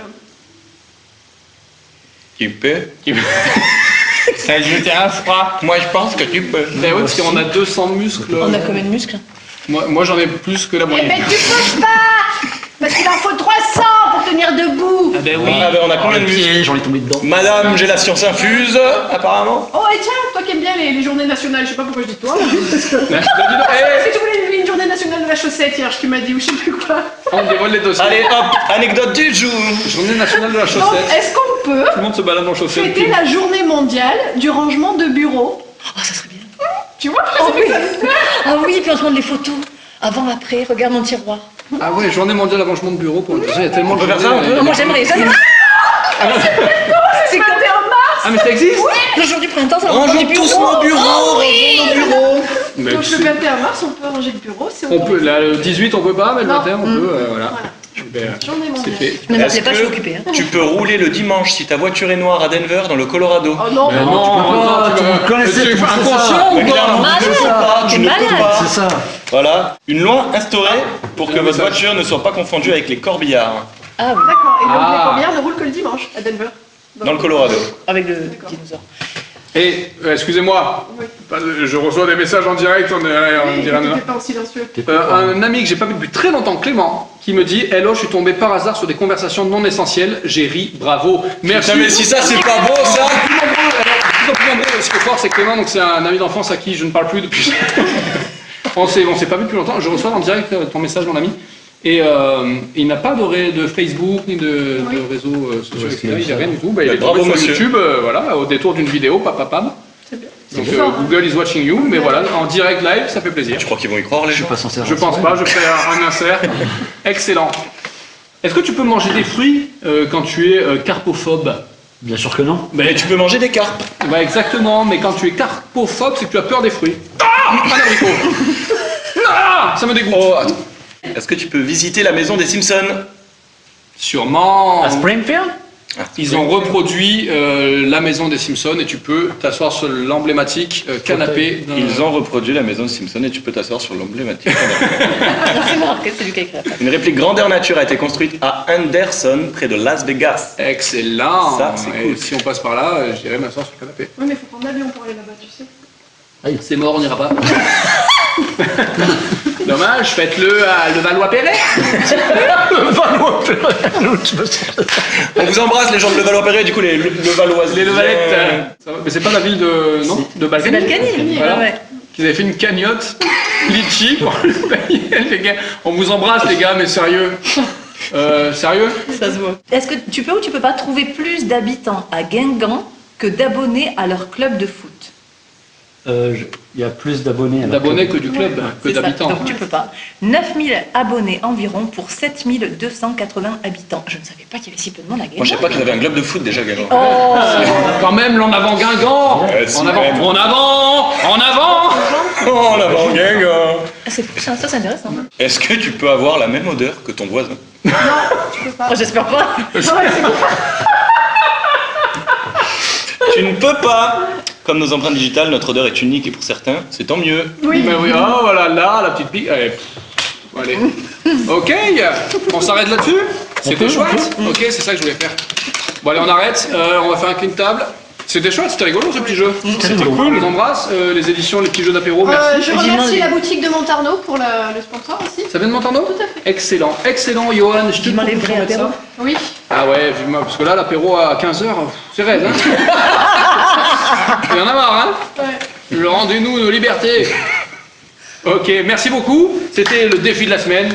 Tu peux. Ça ajouter un froid. Moi, je pense que tu peux. Ben ouais, parce qu'on a deux cents muscles. On a combien de muscles? Moi, moi j'en ai plus que la Eh moyenne. ben tu peux pas. Parce qu'il en faut trois cents pour tenir debout. Ah ben Ah ben, on a combien de Oh, muscles? pied, j'en ai tombé dedans. Madame, j'ai la science infuse, apparemment. Oh et tiens, toi qui aimes bien les, les journées nationales, je sais pas pourquoi je dis toi, mais juste parce que... Ben, dis donc, Est-ce que tu voulais une journée nationale de la chaussette hier, tu m'as dit, ou je sais plus quoi. on dévoile les dossiers. Allez, hop, anecdote du jour. Journée nationale de la Donc, chaussette. est-ce qu'on peut Tout le monde se balade en chaussettes. fêter la journée mondiale du rangement de bureau? Oh, ça serait bien. Tu vois? Oh oui. Ah oui, puis on se montre les photos. Avant, après, regarde mon tiroir. Ah ouais, journée mondiale d'arrangement de bureau. Pour... Il y a tellement de On peut faire journées, ça, on euh, peut Moi, j'aimerais ça. Ah, non. C'est vingt et un mars. Ah mais ça existe? Le jour du printemps, ça va prendre Rangeons du tous bureau. nos bureaux, Oh oui. rangeons nos bureaux. Mais Donc tu le sais- vingt et un mars, on peut ranger le bureau, c'est On peut, là, le dix-huit on peut pas, mais le Non. vingt et un on peut, euh, voilà. Voilà. Ben, Journée c'est mondiale. fait. Ne m'appelez Est-ce pas, je suis que occupée. Hein. Tu peux rouler le dimanche si ta voiture est noire à Denver dans le Colorado. Oh non, Mais non, non, tu peux non, pas, tu tout le vas- monde connaissait, tu es tout le monde sait inconscient ça. ou Mais quoi? clairement, malade. tu ne peux pas, tu T'es ne peux malade. pas. C'est ça. Voilà, une loi instaurée pour que Un votre message. voiture ne soit pas confondue avec les corbillards Ah oui, d'accord. Et donc Ah. les combien ne roulent que le dimanche à Denver. dans le Colorado. avec le D'accord. dinosaure. Et, euh, excusez-moi, Oui. pas de- je reçois des messages en direct, on, est, on Oui, dirait t'étais un- pas en silencieux. Euh, un ami que j'ai pas vu depuis très longtemps, Clément, qui me dit Hello, je suis tombé par hasard sur des conversations non essentielles, j'ai ri, bravo. Merci. Putain, mais si ça, c'est pas beau, ça. Ce qui est fort, c'est que Clément, donc c'est un ami d'enfance à qui je ne parle plus depuis. on s'est, on s'est pas vu depuis longtemps. Je reçois en direct euh, ton message, mon ami. Et euh, il n'a pas de, ré- de Facebook ni de, Oui. de réseaux euh, sociaux, Ouais, et cetera. c'est Il n'a bien. rien du tout. Bah, il Bah, est bravo, tombé sur monsieur. YouTube, euh, voilà, au détour d'une vidéo, papa pam. C'est bien. Donc C'est euh, fort, hein. Google is watching you, mais voilà, en direct live, ça fait plaisir. Je crois qu'ils vont y croire, les Je suis gens. pas censé Je pense pas, je fais un, un insert. Excellent. Est-ce que tu peux manger des fruits euh, quand tu es euh, carpophobe? Bien sûr que non. Mais tu peux manger des carpes. Bah exactement, mais quand tu es carpophobe, c'est que tu as peur des fruits. Ah, un abricot. Ah, ça me dégoûte. Oh, attends. Est-ce que tu peux visiter la maison des Simpsons? Sûrement. À Springfield? Ils ont reproduit euh, la maison des Simpsons et tu peux t'asseoir sur l'emblématique euh, canapé. d'un- Ils ont reproduit la maison des Simpsons et tu peux t'asseoir sur l'emblématique. C'est marqué, c'est lui qui a écrit la phrase. Une réplique grandeur nature a été construite à Anderson, près de Las Vegas. Excellent. Ça, c'est Et cool. si on passe par là, euh, j'irai m'asseoir sur le canapé. Oui, mais faut prendre l'avion pour aller là-bas, tu sais. C'est mort, on n'ira pas. Dommage, faites-le à Levallois-Perret. On vous embrasse, les gens de Levallois-Perret, du coup, les Le- Levalloises. Les Levalettes. euh, ça va. Mais c'est pas la ville de. Non De C'est Balkany. Balkany, Voilà. ouais, ouais. Qu'ils avaient fait une cagnotte litchi pour le payer, les gars. On vous embrasse, les gars, mais sérieux. Euh, sérieux Ça se voit. Est-ce que tu peux ou tu peux pas trouver plus d'habitants à Guingamp que d'abonnés à leur club de foot? Euh, je- Il y a plus d'abonnés. alors D'abonnés que du club, que C'est ça, d'habitants. donc tu peux pas. neuf mille abonnés environ pour sept mille deux cent quatre-vingts habitants. Je ne savais pas qu'il y avait si peu de monde à Guingamp. Moi, je sais pas qu'ils avaient un club de foot déjà, Guingamp. Oh Quand même, en avant Guingamp. Ouais, si, En avant, même. en avant, en avant. Oh, là-bas, Guingamp. Ah, c'est fou, ça, ça, c'est intéressant. Est-ce que tu peux avoir la même odeur que ton voisin? Tu peux pas. Oh, j'espère pas. Ouais, c'est bon. Tu ne peux pas. Comme nos empreintes digitales, notre odeur est unique et pour certains, c'est tant mieux. Oui. Mais oui, oh voilà, là, la petite pique. Allez. Bon, allez. Ok, on s'arrête là-dessus. C'était peut, chouette. Ok, c'est ça que je voulais faire. Bon, allez, on arrête. Euh, on va faire un clean table. C'était chouette, c'était rigolo ce petit jeu. C'était rigolo. cool, on les embrasse. Euh, les éditions, les petits jeux d'apéro, Euh, merci. je J'ai remercie demandé. la boutique de Montarno pour la- le sponsor aussi. Ça vient de Montarno? Tout à fait. Excellent, excellent, Johan. Je te Vivement les propose vrais de mettre apéros. ça. Oui. Ah ouais, vivement, parce que là, l'apéro à quinze heures, c'est raide, hein. Il y en a marre, hein. Ouais. Le rendez-nous nos libertés. Ok, merci beaucoup. C'était le défi de la semaine.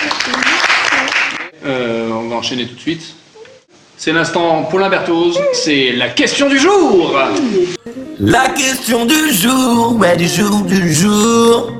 Euh, on va enchaîner tout de suite. C'est l'instant Paulin Berthoz, c'est la question du jour. La question du jour, ouais, du jour, du jour.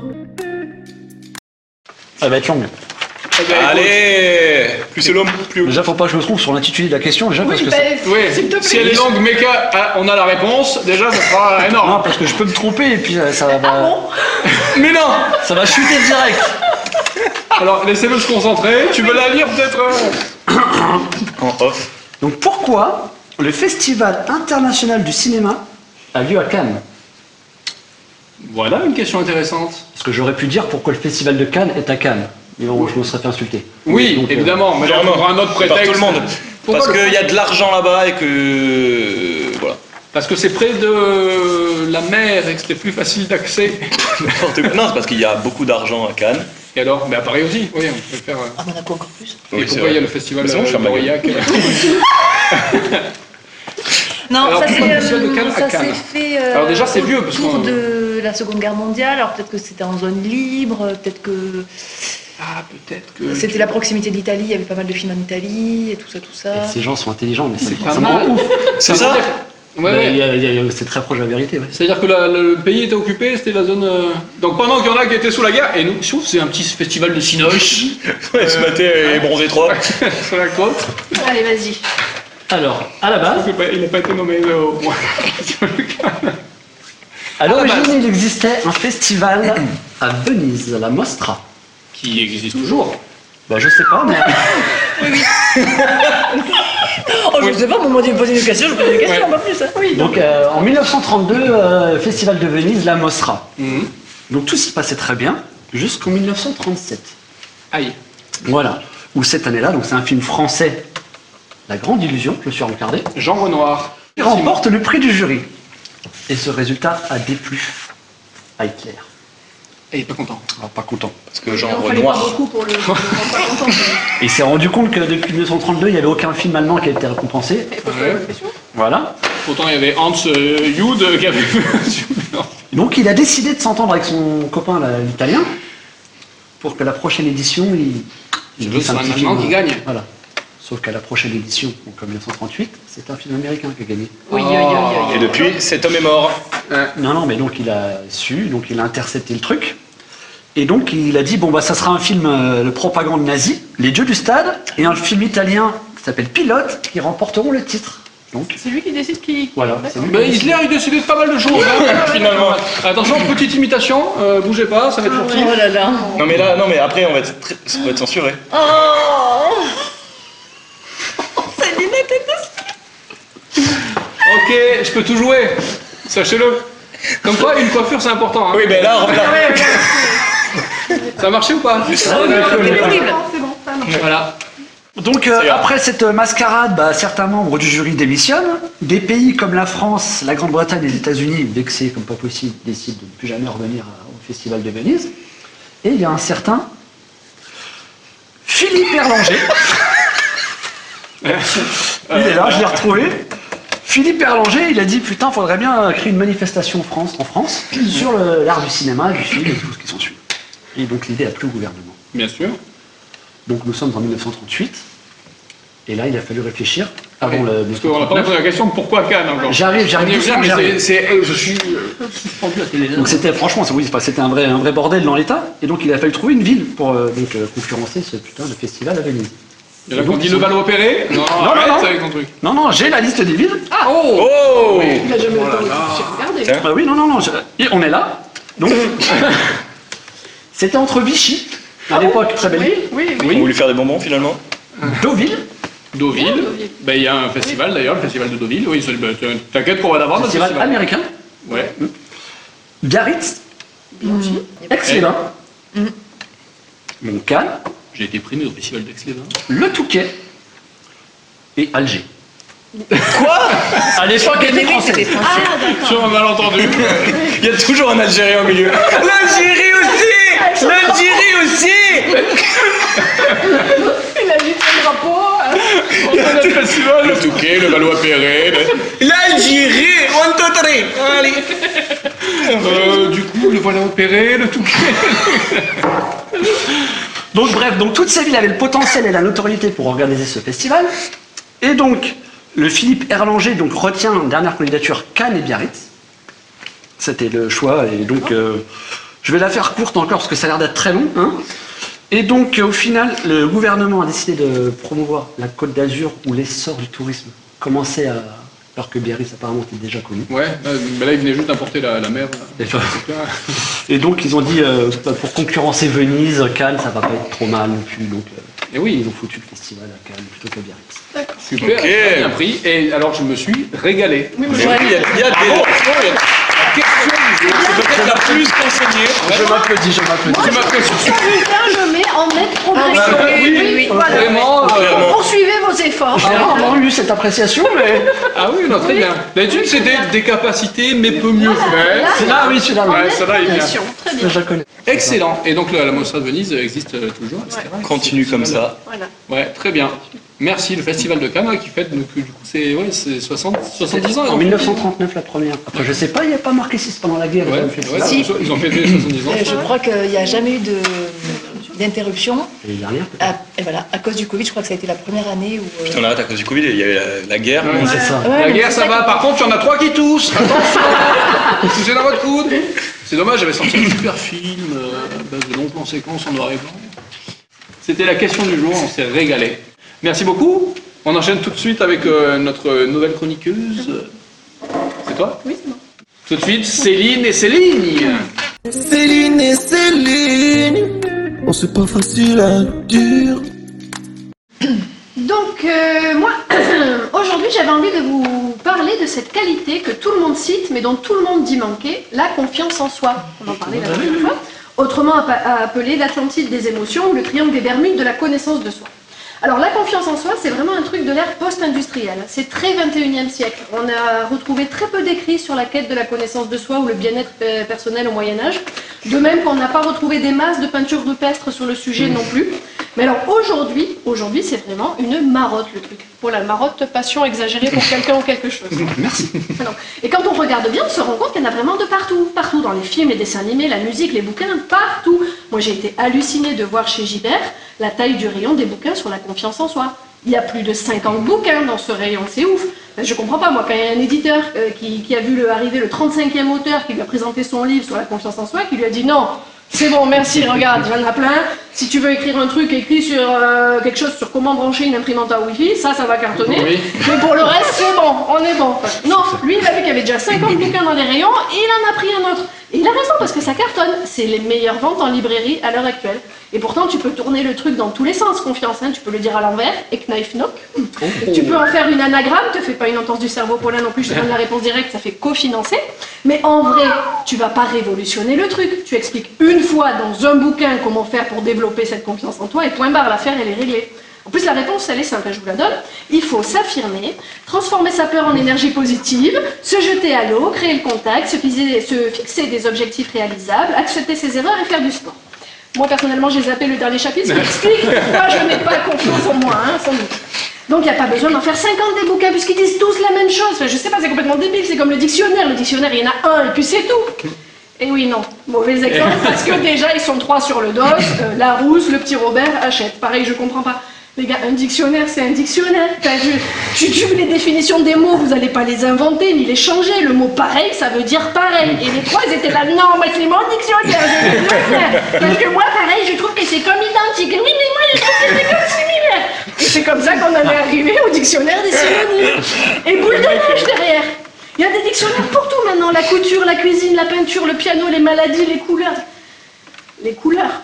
Ça va être long. Eh ben, écoute, Allez. Plus c'est long, plus haut. Déjà, faut pas que je me trompe sur l'intitulé de la question, déjà, parce Oui, que bah, ça- oui, s'il te plaît. si elle est longue, mais qu'on a la réponse, déjà ça sera énorme. Non, parce que je peux me tromper et puis euh, ça va, Mais non. ça va chuter direct. Alors laissez-le se concentrer. Tu veux la lire peut-être euh En off. Donc pourquoi le Festival international du cinéma a lieu à Cannes? Voilà une question intéressante. Parce que j'aurais pu dire pourquoi le Festival de Cannes est à Cannes. Mais bon, je me serais fait insulter. Oui, Donc, euh, évidemment, mais là on Vraiment, trouvera un autre par prétexte. tout le monde. Pourquoi Parce le- qu'il y a de l'argent là-bas et que. Voilà. Parce que c'est près de la mer et que c'était plus facile d'accès. N'importe quoi. Non, c'est parce qu'il y a beaucoup d'argent à Cannes. Et alors, mais à Paris aussi, oui, on peut le faire. euh. À Monaco encore plus. Et Oui, c'est pourquoi il y a vrai. le festival Mais c'est bon, je ferme ma gueule. d'Aurillac Non, Alors, ça pourquoi le s'est festival de Cannes euh, à ça Cannes s'est fait euh, Alors déjà, c'est vieux, parce autour qu'on- de la Seconde Guerre mondiale. Alors peut-être que c'était en zone libre, peut-être que Ah, peut-être que. c'était la proximité de l'Italie, il y avait pas mal de films en Italie et tout ça, tout ça. Ces gens sont intelligents, mais c'est C'est pas ça me rend mal. ouf. C'est ça? Ouais, Bah, ouais. il y a- il y a- C'est très proche de la vérité. Ouais. C'est-à-dire que la- le pays était occupé, c'était la zone. euh, Donc pendant qu'il y en a qui étaient sous la guerre, et nous, sauf c'est un petit festival de cinoche Ouais, ce matin, et bronzé trois. sur la côte. Allez, vas-y. Alors, à la base, Il n'a pas, il a pas été nommé euh, au point. à la l'origine, base. il existait un festival à Venise, la Mostra. Qui existe toujours. Bah, je sais pas, mais Oh, je sais pas, au moment de me poser une question, je pose une question, Ouais. pas plus. Hein. Oui, donc euh, en mille neuf cent trente-deux, euh, Festival de Venise, la Mostra. Mhm. Donc tout s'y passait très bien jusqu'en mille neuf cent trente-sept. Aïe. Voilà. Où cette année-là, donc c'est un film français, La Grande Illusion, je me suis regardé, Jean Renoir. il remporte le prix du jury. Et ce résultat a déplu à Hitler. Et il est pas content. Alors, pas content. Parce que Il genre en fallait pas Renoir. beaucoup pour le pour le rendre pas content. Et il s'est rendu compte que depuis mille neuf cent trente-deux, il n'y avait aucun film allemand qui a été récompensé. Et faut se poser la question. Voilà. Pourtant, il y avait Hans euh, Jude qui avait fait un super. Donc il a décidé de s'entendre avec son copain là, l'italien pour que la prochaine édition, il, Je veux, glisse c'est un petit Allemand film, qui gagne. Voilà. Sauf qu'à la prochaine édition, donc en mille neuf cent trente-huit, c'est un film américain qui a gagné. Oui, oui, oui, oui, Et depuis, cet homme est mort. Non, non, mais donc il a su, donc il a intercepté le truc. Et donc il a dit, bon bah ça sera un film euh, de propagande nazi, Les Dieux du Stade, et un film italien qui s'appelle Pilote, qui remporteront le titre. Donc C'est lui qui décide qui. voilà, D'accord. c'est lui. Mais Hitler, il décidait de pas mal de choses, hein, finalement. Attention, petite imitation, euh, bougez pas, ça va être pour qui Oh là là. Non mais là, non mais après on va être, très- ça va être censuré. Oh Céline était dessus. Ok, je peux tout jouer, sachez-le. Comme quoi, une coiffure, c'est important. Hein. Oui, ben là, là. Ça a marché ou pas C'est bon, c'est bon, ça marche. Voilà. Donc euh, C'est grave. après cette mascarade, bah, certains membres du jury démissionnent. Des pays comme la France, la Grande-Bretagne et les États-Unis, vexés comme pas possible, décident de ne plus jamais revenir à- au Festival de Venise. Et il y a un certain Philippe Erlanger. Il est là, je l'ai retrouvé. Philippe Erlanger, il a dit putain, faudrait bien créer une manifestation en France, en France sur le- l'art du cinéma, du film et tout ce qui s'ensuit. Et donc l'idée a plu au gouvernement. Bien sûr. Donc nous sommes en mille neuf cent trente-huit, et là il a fallu réfléchir avant Oui, le. Parce qu'on n'a pas posé la question de pourquoi Cannes encore. J'arrive, j'arrive On y doucement, revient, mais j'arrive. c'est- c'est- eh, je suis euh, suspendu à télé. Donc c'était franchement, c'est- oui, c'est pas- c'était un vrai, un vrai bordel dans l'État, et donc il a fallu trouver une ville pour euh, donc, euh, concurrencer ce putain de festival à Venise. Il y en a Et qui ont donc, dit ils le ont- Valois-Perret. Non, non, arrête non. avec ton truc. Non, non, j'ai la liste des villes. Ah, oh, Oh Il a jamais eu le temps de là. regarder. Tiens. Bah oui, non, non, non, je- et on est là. Donc c'était entre Vichy, à l'époque très belle Oui, ville, oui, On oui. voulu faire des bonbons finalement. Deauville, Deauville. Bien, Deauville. Ben, il y a un festival d'ailleurs, le festival de Deauville. Oui, c'est- ben, t'inquiète qu'on va l'avoir, notre festival festival. américain, Ouais. Biarritz, Aix-les-Bains, Montcalm, J'ai été primé au festival d'Aix-les-Bains. Le Touquet et Alger. Quoi? À l'époque, elle était française. C'était français. Sur un malentendu. Il y a toujours un Algérien au milieu. L'Algérie aussi L'Algérie aussi Il a vu son drapeau. On fait notre festival. Le Touquet, le Valois-Perret. le- L'Algérie One, two, three Allez Euh, du coup, le Valois-Perret, le Touquet. Donc bref, donc toutes ces villes avaient le potentiel et la notoriété pour organiser ce festival. Et donc, le Philippe Erlanger donc, retient en dernière candidature Cannes et Biarritz. C'était le choix, et donc euh, je vais la faire courte encore parce que ça a l'air d'être très long. Hein. Et donc, euh, au final, le gouvernement a décidé de promouvoir la Côte d'Azur où l'essor du tourisme commençait à... alors que Biarritz apparemment était déjà connu. Ouais, bah, bah là, il venait juste d'importer la, la mer. Et, et donc, ils ont dit, euh, pour concurrencer Venise, Cannes, ça va pas être trop mal non plus. Donc, euh, Et oui, ils ont foutu le festival à Cannes plutôt qu'à Biarritz. super, Ok. très bien pris. Et alors, je me suis régalé. Oui, mais Mais oui, il y a, il y a des options, il y a- La question du jour, c'est peut-être la plus renseignée. Je m'applaudis, je m'applaudis. tu m'as fait sur ça je mets en nette progression. Ah oui, oui, oui. Voilà. vraiment. euh, Clairement. Poursuivez vos efforts. J'ai rarement eu cette appréciation, mais. Ah oui, non, très bien. D'habitude, c'était des capacités, mais peu mieux fait. C'est là, oui, c'est là. En Ouais, nette ça va, il est bien. progression. Très bien. je la connais. Excellent. Et donc, la, la Mostra de Venise existe euh, toujours, et cetera. Continue comme ça. Voilà. Ouais, très bien. Merci, le Festival de Cannes, ouais, qui fête, donc, du coup, c'est ouais, c'est soixante, soixante-dix ans. ils En ont mille neuf fêté. cent trente-neuf, la première. Après, je sais pas, il n'y a pas marqué six pendant la guerre. Ouais, ils ont fait ouais, ça. Si. ils ont fêté soixante-dix ans. Euh, je crois qu'il n'y a jamais eu de, d'interruption. L'année dernière, peut-être. À, et voilà, à cause du Covid, je crois que ça a été la première année où. euh, Putain, on arrête à cause du Covid, il y avait la, la guerre. Ouais. C'est ça. ouais, La mais guerre, c'est ça va. que- Par contre, il y en a trois qui toussent. Attention. Toussez dans votre coude. C'est dommage, j'avais sorti un super film euh, à base de longs plans séquences en noir et blanc. C'était la question du jour, on s'est régalé. Merci beaucoup. On enchaîne tout de suite avec euh, notre nouvelle chroniqueuse. C'est toi? Oui, c'est bon. Tout de suite, Céline et Céline. Céline et Céline, on c'est pas facile à dire. Donc, euh, moi, aujourd'hui, j'avais envie de vous parler de cette qualité que tout le monde cite, mais dont tout le monde dit manquer, la confiance en soi. On en parlait la dernière fois. Autrement appa- appelée l'Atlantide des émotions ou le triangle des Bermudes de la connaissance de soi. Alors la confiance en soi, c'est vraiment un truc de l'ère post-industrielle. C'est très vingt et unième siècle. On a retrouvé très peu d'écrits sur la quête de la connaissance de soi ou le bien-être personnel au Moyen-Âge. De même qu'on n'a pas retrouvé des masses de peintures rupestres sur le sujet non plus. Mais alors aujourd'hui, aujourd'hui c'est vraiment une marotte le truc. Pour la marotte, passion exagérée pour quelqu'un ou quelque chose. Merci. Alors, et quand on regarde bien, on se rend compte qu'il y en a vraiment de partout. Partout, dans les films, les dessins animés, la musique, les bouquins, partout. Moi j'ai été hallucinée de voir chez Gibert la taille du rayon des bouquins sur la confiance en soi. Il y a plus de cinquante bouquins dans ce rayon, c'est ouf. Je comprends pas, moi, quand il y a un éditeur euh, qui, qui a vu le, arriver le trente-cinquième auteur qui lui a présenté son livre sur la confiance en soi, qui lui a dit non, c'est bon, merci, regarde, il y en a plein. Si tu veux écrire un truc, écris sur euh, quelque chose sur comment brancher une imprimante à Wi-Fi, ça, ça va cartonner. Oui. Mais pour le reste, c'est bon, on est bon. Non, lui, il a vu qu'il y avait déjà cinquante bouquins dans les rayons et il en a pris un autre. Et il a raison, parce que ça cartonne. C'est les meilleures ventes en librairie à l'heure actuelle. Et pourtant, tu peux tourner le truc dans tous les sens, confiance. Hein. Tu peux le dire à l'envers, et knife knock. Oh. Tu peux en faire une anagramme, te fais pas une entorse du cerveau, Paulin non plus, je te donne la réponse directe, ça fait cofinancer. Mais en vrai, tu vas pas révolutionner le truc. Tu expliques une fois dans un bouquin comment faire pour développer cette confiance en toi, et point barre, l'affaire, elle est réglée. En plus, la réponse, elle est simple, je vous la donne. Il faut s'affirmer, transformer sa peur en énergie positive, se jeter à l'eau, créer le contact, se fixer, se fixer des objectifs réalisables, accepter ses erreurs et faire du sport. Moi, personnellement, j'ai zappé le dernier chapitre, ce qui explique pourquoi je n'ai pas confiance en moi, hein, sans doute. Donc, il n'y a pas besoin d'en faire cinquante des bouquins, puisqu'ils disent tous la même chose. Enfin, je sais pas, c'est complètement débile, c'est comme le dictionnaire. Le dictionnaire, il y en a un, et puis c'est tout. Et oui, non, mauvais exemple, parce que déjà, ils sont trois sur le dos, euh, Larousse, le petit Robert, Hachette. Pareil, je comprends pas. Les gars, un dictionnaire, c'est un dictionnaire. Tu tues les définitions des mots, vous n'allez pas les inventer, ni les changer. Le mot pareil, ça veut dire pareil. Et les trois, ils étaient là, non, moi, c'est mon dictionnaire, je vais le faire. Parce que moi, pareil, je trouve que c'est comme identique. Oui, mais moi, je trouve que c'est comme similaire. Et c'est comme ça qu'on en est arrivé au dictionnaire des synonymes. Et boule de neige derrière. Il y a des dictionnaires pour tout maintenant. La couture, la cuisine, la peinture, le piano, les maladies, les couleurs. Les couleurs.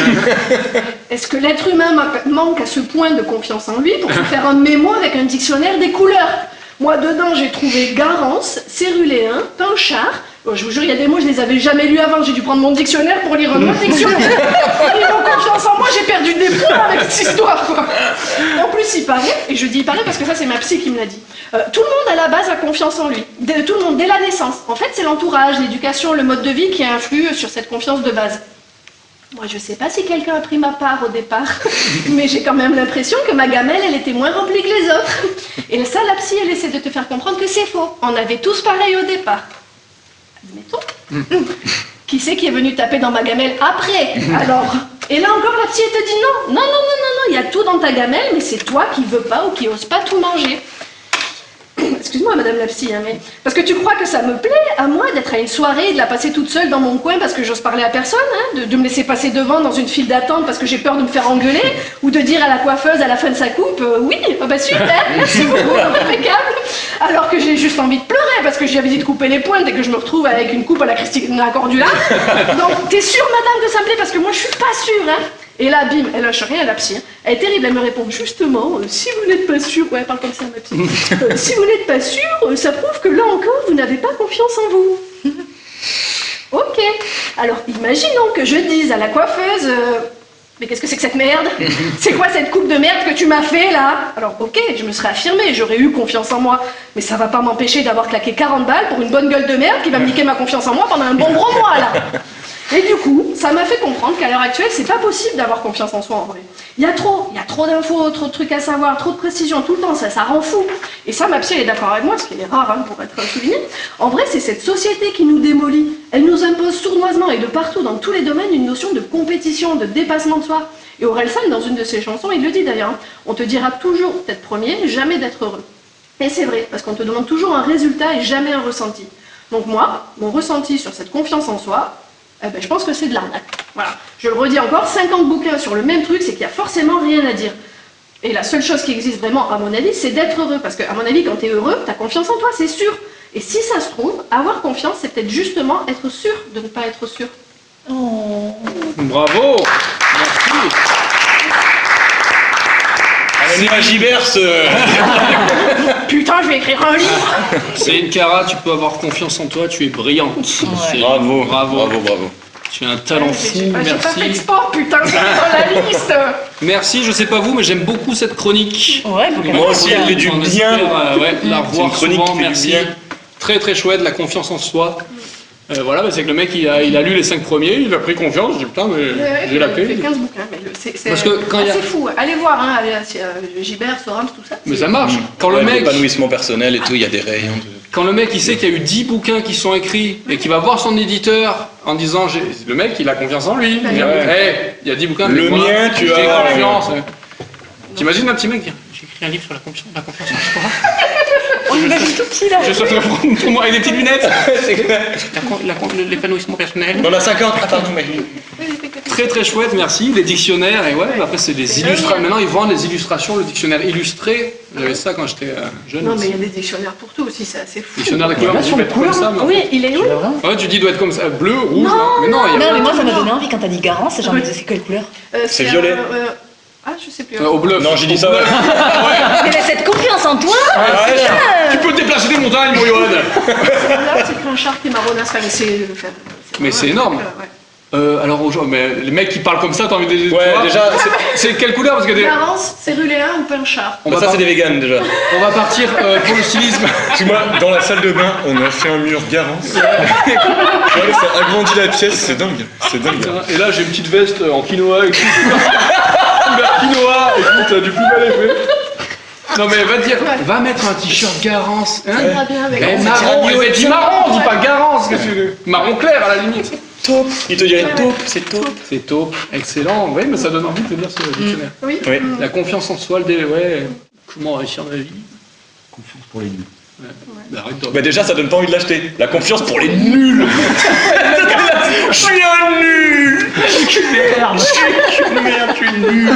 Est-ce que l'être humain manque à ce point de confiance en lui pour se faire un mémo avec un dictionnaire des couleurs? Moi, dedans, j'ai trouvé Garance, Céruléen, Pinchard. Oh, je vous jure, il y a des mots, je les avais jamais lus avant. J'ai dû prendre mon dictionnaire pour lire un autre dictionnaire. Niveau confiance en moi, j'ai perdu des points avec cette histoire, quoi. En plus, il paraît, et je dis il paraît parce que ça, c'est ma psy qui me l'a dit. Euh, tout le monde, à la base, a confiance en lui. De, tout le monde, dès la naissance. En fait, c'est l'entourage, l'éducation, le mode de vie qui influe sur cette confiance de base. Moi, je sais pas si quelqu'un a pris ma part au départ, mais j'ai quand même l'impression que ma gamelle, elle était moins remplie que les autres. Et ça, la psy, elle essaie de te faire comprendre que c'est faux. On avait tous pareil au départ. Admettons. Qui c'est qui est venu taper dans ma gamelle après, alors? Et là encore, la psy, elle te dit non, non, non, non, non, non, il y a tout dans ta gamelle, mais c'est toi qui veux pas ou qui ose pas tout manger. Excuse-moi, madame la psy, hein, mais... Parce que tu crois que ça me plaît, à moi, d'être à une soirée et de la passer toute seule dans mon coin parce que j'ose parler à personne, hein, de, de me laisser passer devant dans une file d'attente parce que j'ai peur de me faire engueuler, ou de dire à la coiffeuse à la fin de sa coupe, euh, oui, oh bah super, merci beaucoup, impeccable, alors que j'ai juste envie de pleurer parce que j'avais dit de couper les pointes et que je me retrouve avec une coupe à la Christina Cordula. Donc, t'es sûre, madame, que ça me plaît? Parce que moi, je suis pas sûre, hein. Et là, bim, elle lâche rien, la psy. Elle est terrible, elle me répond justement, euh, si vous n'êtes pas sûr, ouais, elle parle comme ça, ma psy. Euh, si vous n'êtes pas sûr, euh, ça prouve que là encore, vous n'avez pas confiance en vous. Ok. Alors, imaginons que je dise à la coiffeuse, euh, mais qu'est-ce que c'est que cette merde? C'est quoi cette coupe de merde que tu m'as fait là? Alors, ok, je me serais affirmée, j'aurais eu confiance en moi, mais ça va pas m'empêcher d'avoir claqué quarante balles pour une bonne gueule de merde qui va me niquer ma confiance en moi pendant un bon gros mois là. Et du coup, ça m'a fait comprendre qu'à l'heure actuelle, c'est pas possible d'avoir confiance en soi en vrai. Il y a trop, il y a trop d'infos, trop de trucs à savoir, trop de précision tout le temps, ça, ça rend fou. Et ça, ma psy, elle est d'accord avec moi, ce qui est rare hein, pour être souligné. En vrai, c'est cette société qui nous démolit. Elle nous impose sournoisement et de partout, dans tous les domaines, une notion de compétition, de dépassement de soi. Et Orelsan, dans une de ses chansons, il le dit d'ailleurs, on te dira toujours d'être premier, jamais d'être heureux. Et c'est vrai, parce qu'on te demande toujours un résultat et jamais un ressenti. Donc moi, mon ressenti sur cette confiance en soi, eh ben, je pense que c'est de l'arnaque. Voilà. Je le redis encore, cinquante bouquins sur le même truc, c'est qu'il n'y a forcément rien à dire. Et la seule chose qui existe vraiment, à mon avis, c'est d'être heureux. Parce qu'à mon avis, quand tu es heureux, tu as confiance en toi, c'est sûr. Et si ça se trouve, avoir confiance, c'est peut-être justement être sûr de ne pas être sûr. Oh. Bravo. Merci. C'est pas Gibert, ce... Putain, je vais écrire un livre. Céline Cara, tu peux avoir confiance en toi, tu es brillante. Ouais. Bravo, Bravo. bravo, bravo. Tu as un talent fou, J'ai pas, j'ai pas fait de merci. sport, putain, c'est dans la liste. Merci, je sais pas vous, mais j'aime beaucoup cette chronique. Ouais, beaucoup. Moi aussi, elle fait du On bien. espère, euh, ouais, la C'est une revoir chronique souvent, qui fait du merci. bien. Très très chouette, la confiance en soi. Euh, voilà, bah, c'est que le mec il a, il a lu les cinq premiers, il a pris confiance, j'ai dit putain, mais Ouais, j'ai la il fait paix. quinze bouquins, mais le- c'est c'est- Parce que quand il y a- c'est fou. Allez voir, hein, allez, euh, Gibert, Sorams, tout ça. Mais c'est- ça marche. Quand le Ouais, mec, l'épanouissement personnel et tout, il y a des rayons de... quand le mec il sait qu'il y a eu dix bouquins qui sont écrits et qu'il va voir son éditeur en disant j'ai- le mec il a confiance en lui. Il dit, Ouais. hey, il y a dix bouquins. Le mais moi, mien, tu j'ai as- confiance. ouais. T'imagines un petit mec dire j'ai écrit un livre sur la confiance, la confiance en soi. On imagine tout petit là. Je souhaite le prendre pour moi avec des petites lunettes. C'est clair. La con- la con- L'épanouissement personnel. On a cinquante. Ah, pardon, mais... Très très chouette, merci. Les dictionnaires, et ouais, après c'est des illustrations. Maintenant ils vendent les illustrations, le dictionnaire illustré. J'avais ça quand j'étais euh, jeune. Non, mais il aussi. y a des dictionnaires pour tout aussi, c'est assez fou. Dictionnaire des couleurs, Là, tu sur peux les être comme couleurs, ça. Mais... Oui, il est où? Ouais, tu dis il doit être comme ça, bleu, rouge. Non, mais non, il y a Non, pas- mais moi ça m'a non. donné envie quand t'as dit Garance, j'ai envie de c'est quelle couleur? Euh, C'est violet. un, euh, Ah, je sais plus. Euh, au bluff. Non, j'ai dit Au ça, ouais. bluff. Mais cette confiance en toi. Ouais, Tu peux te déplacer des montagnes, mon Johan. Là, c'est qu'un charte et marronasse, mais c'est. enfin, Mais c'est vraiment un énorme. truc, euh, ouais. Euh, alors aujourd'hui, mais les mecs qui parlent comme ça, t'as envie de les. Ouais, tu vois, déjà, c'est- C'est quelle couleur parce que des... Garance, céruléen ou pinchard. on, Bah, va ça, par- c'est des véganes, déjà. on va partir euh, pour le stylisme. Excuse-moi, dans la salle de bain, on a fait un mur Garance. Ouais, ça agrandit la pièce, c'est dingue. C'est dingue. Et là, j'ai une petite veste en quinoa et tout. Couleur quinoa, écoute, euh, du plus bel effet. Non mais va dire, va mettre un t-shirt Garance. Hein Ça ira bien avec. Eh, c'est marron, tiramisu. eh, dis marron, dis pas Garance, qu'est-ce que tu veux. Marron clair à la limite. Taupe. Il te dirait taupe, c'est taupe. C'est taupe, excellent. Oui, mais ça donne envie de lire ce dictionnaire. Oui. Oui. La confiance en soi, le dé... ouais. Comment réussir dans la vie. Confiance pour les nuls. Bah, arrête de- Bah déjà, ça donne pas envie de l'acheter. La confiance pour les nuls. Je suis un nul. Merde. Merde, je suis nul.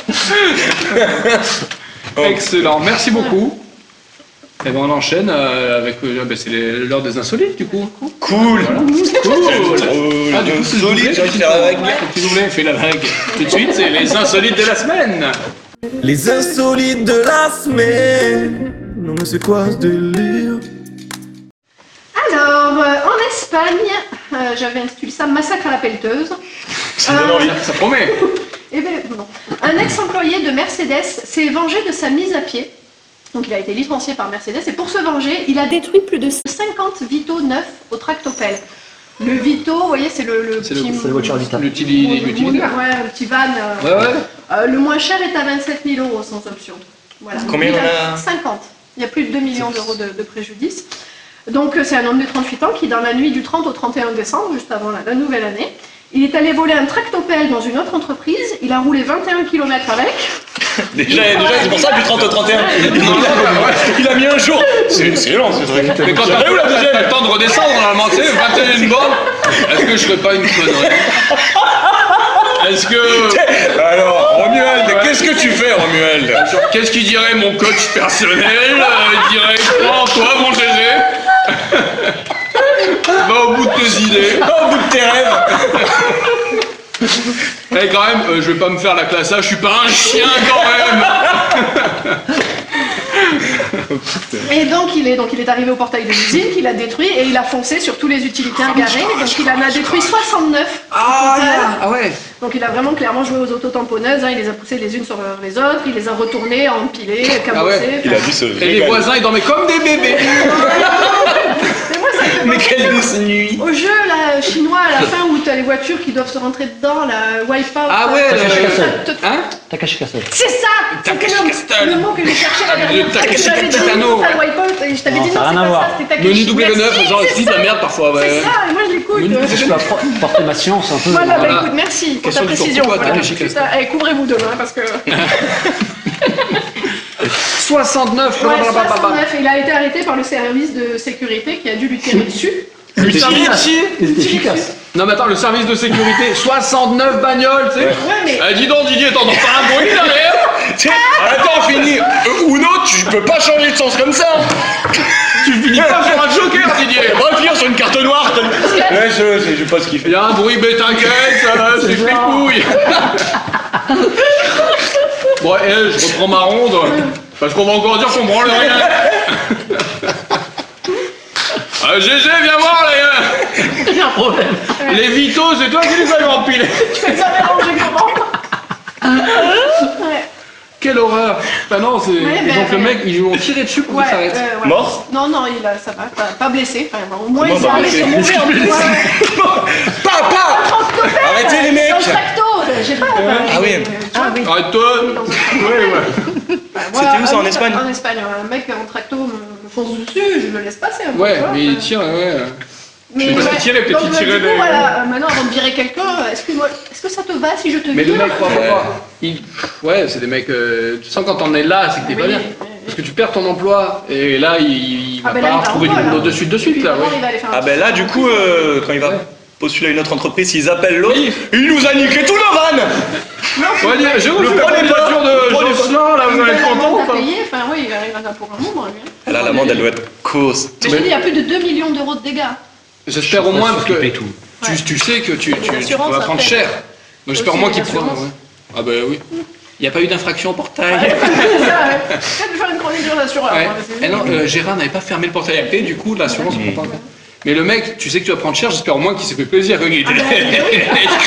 Excellent, merci beaucoup. Et ben on enchaîne euh, avec euh, ben, c'est les- l'heure des insolites du coup. Cool. Cool. Ah, du coup, c'est solide, le j'ai envie de faire la vague. Petit doublé, fais la vague. Tout de suite, c'est les insolites de la semaine. Les insolites de la semaine. Non mais c'est quoi ce délire? Alors, euh, en Espagne, euh, j'avais intitulé ça Massacre à la pelleteuse. Ça me donne envie. Ça promet. Eh ben, non. Un ex-employé de Mercedes s'est vengé de sa mise à pied. Donc il a été licencié par Mercedes et pour se venger, il a détruit plus de cinquante Vito neufs au tractopelle. Le Vito, vous voyez, c'est le, le C'est le- petit... c'est la voiture d'État. L'utili- L'utilitaire. Ouais, un petit van. euh, Ouais, ouais. euh, le moins cher est à vingt-sept mille euros sans option. Voilà. Combien Il on a cinquante. Il y a plus de deux millions d'euros de, de préjudice. Donc euh, c'est un homme de trente-huit ans qui, dans la nuit du trente au trente et un décembre, juste avant la, la nouvelle année, il est allé voler un tractopelle dans une autre entreprise. Il a roulé vingt et un kilomètres avec. Déjà, déjà c'est pour ça du trente au trente et un. Il a, il a mis un jour. C'est c'est lent, ce truc. Mais quand t'as où la deuxième, t'as le temps de redescendre normalement, tu sais, vingt et une bornes. Est-ce que je ferais pas une connerie? Est-ce que. Alors, Romuald, qu'est-ce que tu fais, Romuald? Qu'est-ce qu'il dirait mon coach personnel? Euh, Il dirait prends toi mon G G. Va au bout de tes idées. Au bout de tes rêves. Eh quand même, euh, je vais pas me faire la classe A, je suis pas un chien quand même. Et donc il est, donc il est arrivé au portail de l'usine, qu'il a détruit et il a foncé sur tous les utilitaires garés. Donc il en a détruit soixante-neuf. au total. Ah ouais. Donc il a vraiment clairement joué aux autotamponneuses, hein, il les a poussées les unes sur les autres, il les a retournées, empilées, cabossées. Ah ouais, Il a enfin, dû se Et les régaler. voisins ils dormaient comme des bébés. Mais moi ça me fait Mais penser quelle douce nuit. au jeu là, chinois à la fin où t'as les voitures qui doivent se rentrer dedans, la wipe out. Ah ouais, le... le- Hein? Takashi Castle. C'est ça. Takashi C'est le- Castle. Le mot que j'ai cherché la dernière Le fois. Takashi J'avais dit Kitano. Total Wipeout et je t'avais Non, dit ça non, a c'est rien à pas voir. ça, c'était Takashi. Menu W neuf, Merci, genre c'est je dis de la ça. merde parfois, ouais. C'est ça, et moi je l'écoute. Menu W Je dois pro- porter ma science un peu. Voilà, bah Voilà. écoute, merci pour ta Question du précision. pourquoi Voilà. Takashi Castle. Putain, eh, couvrez-vous demain parce que. soixante-neuf. Ouais, soixante-neuf, et il a été arrêté par le service de sécurité qui a dû lui tirer dessus. Le service- Ils étaient efficaces. Non mais attends, le service de sécurité, soixante-neuf bagnoles, tu sais. Ouais, mais. Eh, dis donc Didier, t'entends pas un bruit derrière? Tiens, attends, fini. Euh, Uno, tu peux pas changer de sens comme ça. Tu finis pas sur un joker, Didier. On va finir sur une carte noire. t'as- Ouais, je sais, je sais pas ce qu'il fait. Il y a un bruit, mais t'inquiète, ça va, c'est fripouille. Bon, eh, je reprends ma ronde, parce qu'on va encore dire qu'on branle rien. Ah, G G, viens voir, les gars. un problème. Les Vitos, c'est toi qui les as empilés. Tu fais ça mélanger comment? Ouais. Quelle horreur. Bah non, c'est... Ouais, et ben, donc le ouais. mec, ils lui ont tiré dessus pour Ouais, qu'il s'arrête. euh, ouais. Mort? Non, non, il a, ça va, pas, pas blessé. Enfin, bon, au moins, Comment il s'est pas arrêté blessé? sur mon verre. Ouais. Papa! Arrêtez les mecs! Dans le tracto, j'ai pas. Ah oui. Ah oui. Arrête-toi. Ouais, ouais. C'était où ça, en Espagne? En Espagne, un mec en tracto me me fonce dessus, je le laisse passer un peu. Ouais, tu vois, mais il enfin. tire, ouais. Mais Je sais pas s'il tirait, peut-être donc, qu'il tirait du coup, des- voilà, euh, maintenant avant de virer quelqu'un, excuse-moi, est-ce que ça te va si je te Mais le vire mec, crois pas. Il... Ouais, c'est des mecs. euh, Tu sens quand t'en es là, c'est que t'es Oui, pas bien. oui, oui. Parce que tu perds ton emploi, et là, il, il va Ah, ben pas là, il va retrouver en du vol, boulot hein. de suite, de Et suite, puis, là, d'abord, ouais. il va aller faire un Ah ben là, du coup, euh, quand il va Ouais. postuler à une autre entreprise, s'ils appellent l'autre, Oui. il nous a niqué tous nos vannes! Ouais, dis- je vous Le fais la prenez pas, candidature le de prenez pas. Jocelyn, là, vous allez être content ou à pas? payer, enfin oui, il va il va pour un moment, lui. hein. Là, l'amende, elle doit être costaud. Mais je te dis, il y a plus de deux millions d'euros de dégâts. J'espère au moins parce que Qui paye tout. tu, Ouais. tu sais que tu, tu, tu L'assurance, vas ça prendre fait. cher. Donc j'espère au Aussi, moins qu'ils l'assurance. prennent. Ouais. Ah bah oui. Il n'y a pas eu d'infraction au portail. C'est ça, ouais. Peut-être faire une chronique sur l'assureur. Ouais. hein, parce que- Et non, euh, Gérard n'avait pas fermé le portail à clé, du coup l'assurance ne prend pas. Mais le mec, tu sais que tu vas prendre cher, j'espère au moins qu'il s'est fait plaisir quand il était. Ah, bah, oui.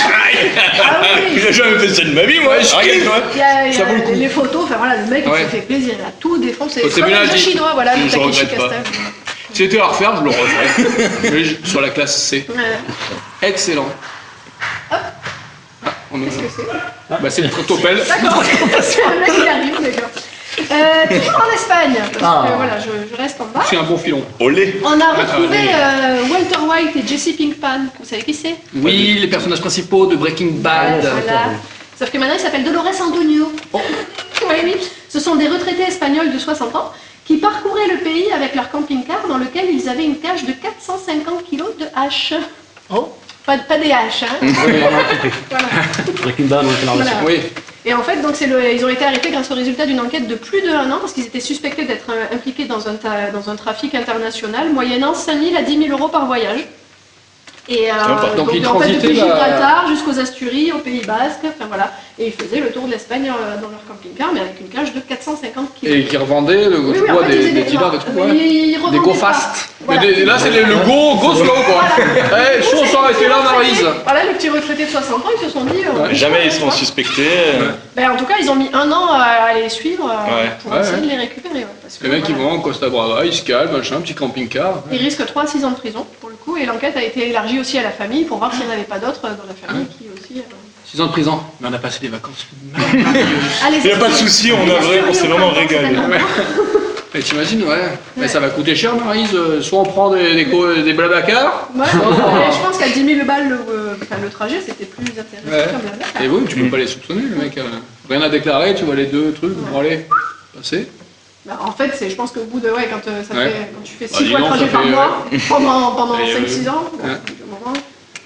Ah oui, Il a jamais fait ça de ma vie, moi! Ouais, je Regarde, kiffe. toi. Il y a, il y Ça a vaut le coup. les photos, enfin voilà, le mec il Ouais. s'est fait plaisir, il a tout défoncé. Oh, c'est Comme bien le jeu dit. chinois, voilà, Je- le je Takeshi regrette pas. Castle. Si c'était à refaire, je le referais. Mais je- sur la classe C. Ouais. Excellent. Hop. Ah, on a- Qu'est-ce que c'est? Bah, c'est le trotopelle. D'accord, c'est un mec qui arrive, d'accord. Euh, toujours en Espagne, parce Ah. que voilà, je, je reste en bas. C'est un bon filon. Olé! On a retrouvé allez. euh, Walter White et Jesse Pinkman. Vous savez qui c'est? Oui, les personnages principaux de Breaking Bad. Voilà. Sauf que maintenant il s'appelle Dolores Antonio. Oh. Oui, oui. Ce sont des retraités espagnols de soixante ans qui parcouraient le pays avec leur camping-car dans lequel ils avaient une cage de quatre cent cinquante kilos de haches. Oh. Pas, pas des haches, hein. Voilà. Breaking Bad, on était dans la Voilà. Oui. Et en fait, donc, c'est le, ils ont été arrêtés grâce au résultat d'une enquête de plus d'un an parce qu'ils étaient suspectés d'être euh, impliqués dans un, ta- dans un trafic international moyennant cinq mille à dix mille euros par voyage. Et euh, Sympa. Donc, ils en fait, transitaient depuis la- Gibraltar jusqu'aux Asturies, au Pays Basque, enfin voilà. Et ils faisaient le tour de l'Espagne euh, dans leur camping-car, mais avec une cage de quatre cent cinquante kilos. Et qui revendaient le, Oui, tu oui, en vois, fait, des, ils faisaient des des- dealers de non, trucs, mais ouais. ils Des revendaient go pas. fast. Voilà. Mais des- là, c'est le, le go, go slow, quoi. Voilà. Eh, chaud, on s'en arrêter là, Maryse. Voilà, les petits retraités de soixante ans, ils se sont dit. euh, Ouais, Jamais ils tu seront vois. suspectés. euh, Ben, en tout cas, ils ont mis un an à, à les suivre euh, Ouais. pour Ouais, essayer ouais. de les récupérer. ouais, parce que, Les mecs, ils voilà. vont en Costa Brava, ils se calment, machin, petit camping-car. Ils risquent trois à six ans de prison, pour le coup, et l'enquête a été élargie aussi à la famille pour voir s'il n'y en avait pas d'autres dans la famille qui aussi. euh, six ans de prison. Mais on a passé des vacances merveilleuses. Allez, Il n'y a pas de souci, on a vrai, on s'est vraiment régalé. Mais t'imagines, ouais. Mais ça va coûter cher, Maryse. euh, Soit on prend des, des, co- des blablacar. Ouais, mais je pense qu'à dix mille balles le, euh, enfin, le trajet, c'était plus intéressant Ouais. comme la Et oui, tu peux pas les soupçonner, le mec. euh, Rien à déclarer, tu vois les deux trucs. Bon, allez, passez. Bah, en fait, c'est, je pense qu'au bout de. Ouais, quand, euh, ça Ouais. fait, quand tu fais Bah, six dis fois le donc, trajet ça par fait, mois, pendant, pendant Et, cinq six euh, ans, bon, ouais. au moment-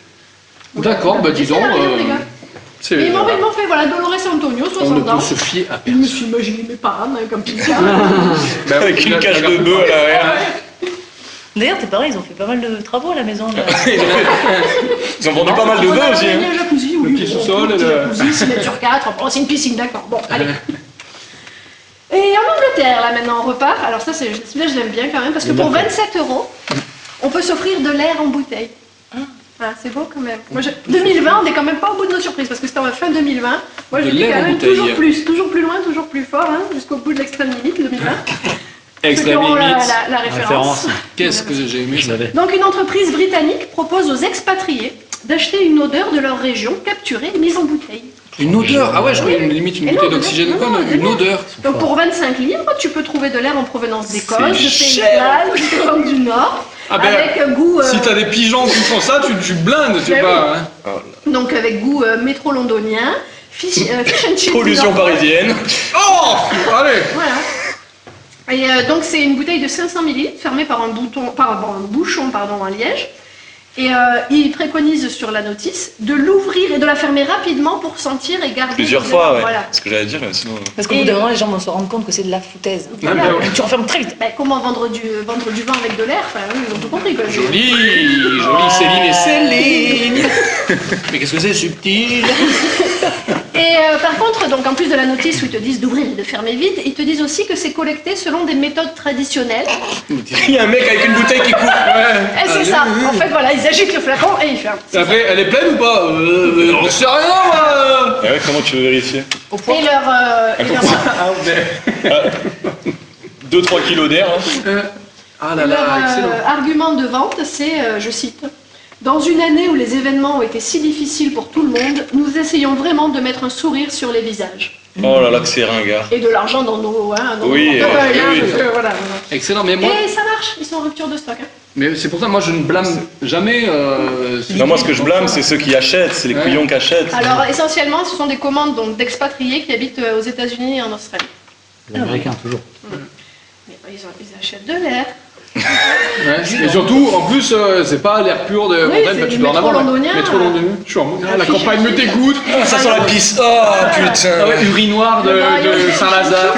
D'accord, bah dis C'est donc. la raison, euh, les gars. c'est- Et ils m'ont, ils m'ont fait, voilà, Dolores Antonio, On ne soixante ans. peut se fier à Je me personne. suis imaginé mes parents dans un camping-car. Bah, Avec au une final, cage tu de regardes bœuf pas. à l'arrière. D'ailleurs, tes parents, ils ont fait pas mal de travaux à la maison. Là. Ils ont vendu pas mal de On a bœufs aussi. mis hein. un jacuzzi, oui. Le petit bon, sous-sol le et petit le- jacuzzi, six mètres sur quatre. Bon, c'est une piscine, d'accord. Bon, allez. Et en Angleterre, là maintenant, on repart. Alors ça, c'est, celui-là, je l'aime bien quand même, parce que pour vingt-sept euros, on peut s'offrir de l'air en bouteille. Ah, c'est beau quand même. Moi, je- deux mille vingt, on n'est quand même pas au bout de nos surprises, parce que c'était en fin deux mille vingt. Moi, je De dis l'air quand en même bouteille. toujours plus, toujours plus loin, toujours plus fort, hein, jusqu'au bout de l'extrême limite, deux mille vingt. Ceux qui Extrême auront la, limite. la- la référence. Référence. Qu'est-ce que j'ai aimé Je ça. l'avais. Donc une entreprise britannique propose aux expatriés d'acheter une odeur de leur région capturée et mise en bouteille. Une odeur. Ah ouais, je croyais une limite une Et non, bouteille de d'oxygène l'air. ou quoi, Non, non, non, une de l'air. odeur. Donc pour vingt-cinq livres, tu peux trouver de l'air en provenance d'Écosse, de C'est Pays de cher. Galles, d'Irlande du Nord, Ah ben, avec goût euh, Si t'as des pigeons qui font ça, tu, tu blindes, tu Ben vois. Hein. donc avec goût euh, métro londonien, fish, euh, fish and chips. Pollution du Nord. parisienne. Oh Allez. Voilà. Et euh, donc c'est une bouteille de cinq cents millilitres fermée par un, bouton, par, par un bouchon pardon, en liège. Et euh, il préconise sur la notice de l'ouvrir et de la fermer rapidement pour sentir et garder. Plusieurs l'odeur. fois, ouais. Voilà. Ce que j'allais dire, sinon. Parce qu'au Et- bout d'un moment, les gens vont se rendre compte que c'est de la foutaise. Ah, ben ouais. Tu refermes très vite. Ben, comment vendre du, vendre du vin avec de l'air, enfin, oui, ils ont tout compris. Quoi. Joli, joli Céline et Céline. Mais qu'est-ce que c'est subtil. Et Et euh, par contre, donc en plus de la notice où ils te disent d'ouvrir et de fermer vite, ils te disent aussi que c'est collecté selon des méthodes traditionnelles. Il y a un mec avec une bouteille qui coupe. Et c'est ça. En fait, voilà, ils agitent le flacon et ils ferment. Et après, elle est pleine ou pas euh, On sait rien, moi. Et ouais, comment tu veux vérifier? Et leur... euh, et leur- deux trois kilos d'air. Hein. Ah là Leur là, excellent. euh, argument de vente, c'est, euh, je cite, « Dans une année où les événements ont été si difficiles pour tout le monde, nous essayons vraiment de mettre un sourire sur les visages. Oh là là, que c'est ringard. » Et de l'argent dans nos, hein, dans Oui, nos portefeuilles, euh, hein, oui. parce que, voilà, voilà. Excellent, mais moi, Et ça marche, ils sont en rupture de stock. Hein. mais c'est pour ça, moi, je ne blâme jamais. Euh, ceux Non, moi qui ce que je font blâme, ça. c'est ceux qui achètent, c'est les Ouais. couillons qui achètent. Alors essentiellement, ce sont des commandes donc d'expatriés qui habitent euh, aux États-Unis et en Australie. Les Américains, toujours. Mais ils, ont- ils achètent de l'air. Ouais. Et surtout, en plus, euh, c'est pas l'air pur de Oui, montagne, c'est bah, du tu dois en métro avoir. là. londonien. Métro londonien. Je suis en mode, ah, la Affiché campagne me dessus. dégoûte. Ah, ça sent la pisse. Oh putain. Ah ouais, urinoir de, de Saint-Lazare.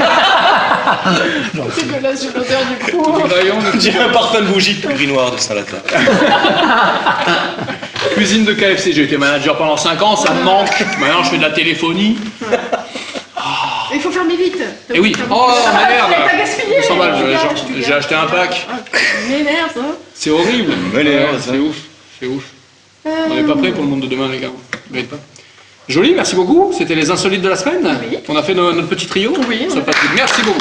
C'est dégueulasse, j'ai l'odeur du coup. Rayon On dirait un parfum de bougie. Gris noir de Saint-Lazare. Cuisine de K F C, j'ai été manager pendant cinq ans, ça me manque. Maintenant, je fais de la téléphonie. Il faut fermer vite. Eh oui. Oh merde. T'as gaspillé. cent balles, Tu j'ai- gâches, tu j'ai gâches. acheté un pack. Ah, tu m'énerves, ça. C'est horrible. Ouais, les- Ouais, c'est ouf. C'est ouf. On n'est pas prêts pour le monde de demain, les gars. Vous n'êtes pas. Joli, merci beaucoup. C'était les insolites de la semaine. Oui. On a fait no- notre petit trio. Oui, Ça on a passe bien. Merci beaucoup.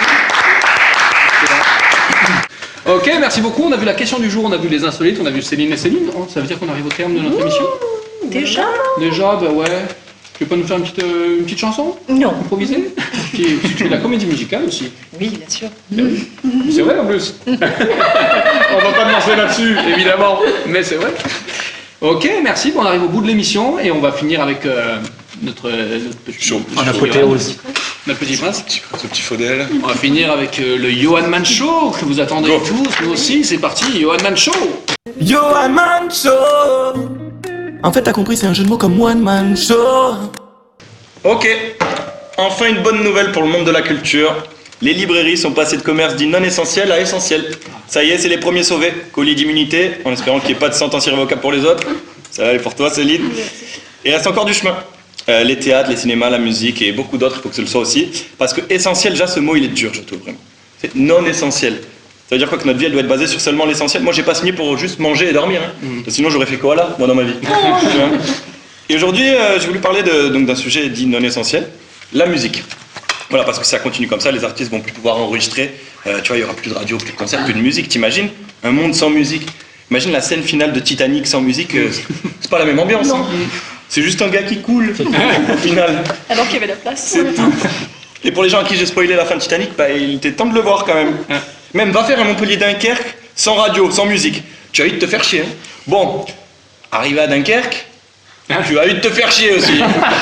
Ok, merci beaucoup. On a vu la question du jour, on a vu les insolites, on a vu Céline et Céline. Oh, ça veut dire qu'on arrive au terme de notre émission. Déjà? Déjà, bah ouais. Tu veux pas nous faire une petite, euh, une petite chanson Non. improvisée? Qui est- Tu fais de la comédie musicale aussi. Oui, bien sûr. C'est vrai en plus. On va pas me lancer là-dessus, évidemment, mais c'est vrai. Ok, merci. Bon, on arrive au bout de l'émission et on va finir avec euh, notre, notre petit Chaud. En apothéose. Notre petit prince. Ce petit faudel. On va finir avec euh, le Johan Man Show que vous attendez Go. tous, nous aussi. C'est parti, Johan Man Show. Yo, one man show. En fait, t'as compris, c'est un jeu de mots comme one man show. Ok. Enfin une bonne nouvelle pour le monde de la culture. Les librairies sont passées de commerce dit non essentiel à essentiel. Ça y est, c'est les premiers sauvés. Colis d'immunité, en espérant qu'il n'y ait pas de sentence irrévocable pour les autres. Ça va aller pour toi, Céline. Et il reste encore du chemin. Euh, les théâtres, les cinémas, la musique et beaucoup d'autres, il faut que ce le soit aussi. Parce que essentiel, déjà, ce mot, il est dur, je trouve vraiment. C'est non essentiel. Ça veut dire quoi que notre vie, elle doit être basée sur seulement l'essentiel. Moi, j'ai pas signé pour juste manger et dormir. Hein. Sinon, j'aurais fait quoi là, moi, dans ma vie. Tu vois. Et aujourd'hui, euh, j'ai voulu parler de- donc d'un sujet dit non essentiel, la musique. Voilà, parce que ça continue comme ça, les artistes vont plus pouvoir enregistrer. Euh, tu vois, il y aura plus de radio, plus de concerts, plus de musique. T'imagines un monde sans musique? Imagine la scène finale de Titanic sans musique. euh, c'est pas la même ambiance. Hein. C'est juste un gars qui coule au final. Alors qu'il y avait la place. C'est tout. Et pour les gens à qui j'ai spoilé la fin de Titanic, bah, il était temps de le voir quand même. Même va faire un Montpellier-Dunkerque sans radio, sans musique. Tu as envie de te faire chier. Hein. Bon, arrivé à Dunkerque, tu as envie de te faire chier aussi.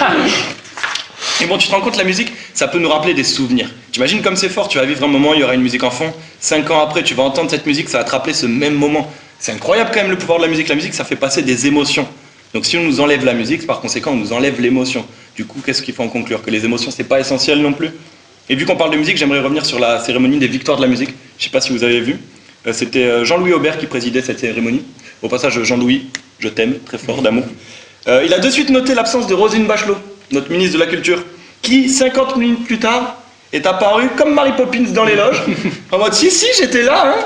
Et bon, tu te rends compte, la musique, ça peut nous rappeler des souvenirs. T'imagines comme c'est fort, tu vas vivre un moment, il y aura une musique en fond. Cinq ans après, tu vas entendre cette musique, ça va te rappeler ce même moment. C'est incroyable quand même le pouvoir de la musique. La musique, ça fait passer des émotions. Donc si on nous enlève la musique, par conséquent, on nous enlève l'émotion. Du coup, qu'est-ce qu'il faut en conclure? Que les émotions, c'est pas essentiel non plus. Et vu qu'on parle de musique, j'aimerais revenir sur la cérémonie des victoires de la musique. Je sais pas si vous avez vu. Euh, C'était euh, Jean-Louis Aubert qui présidait cette cérémonie. Au passage, Jean-Louis, je t'aime, très fort d'amour. Euh, il a de suite noté l'absence de Roselyne Bachelot, notre ministre de la Culture, qui, cinquante minutes plus tard, est apparue comme Mary Poppins dans les loges, en mode « Si, si, j'étais là, hein !»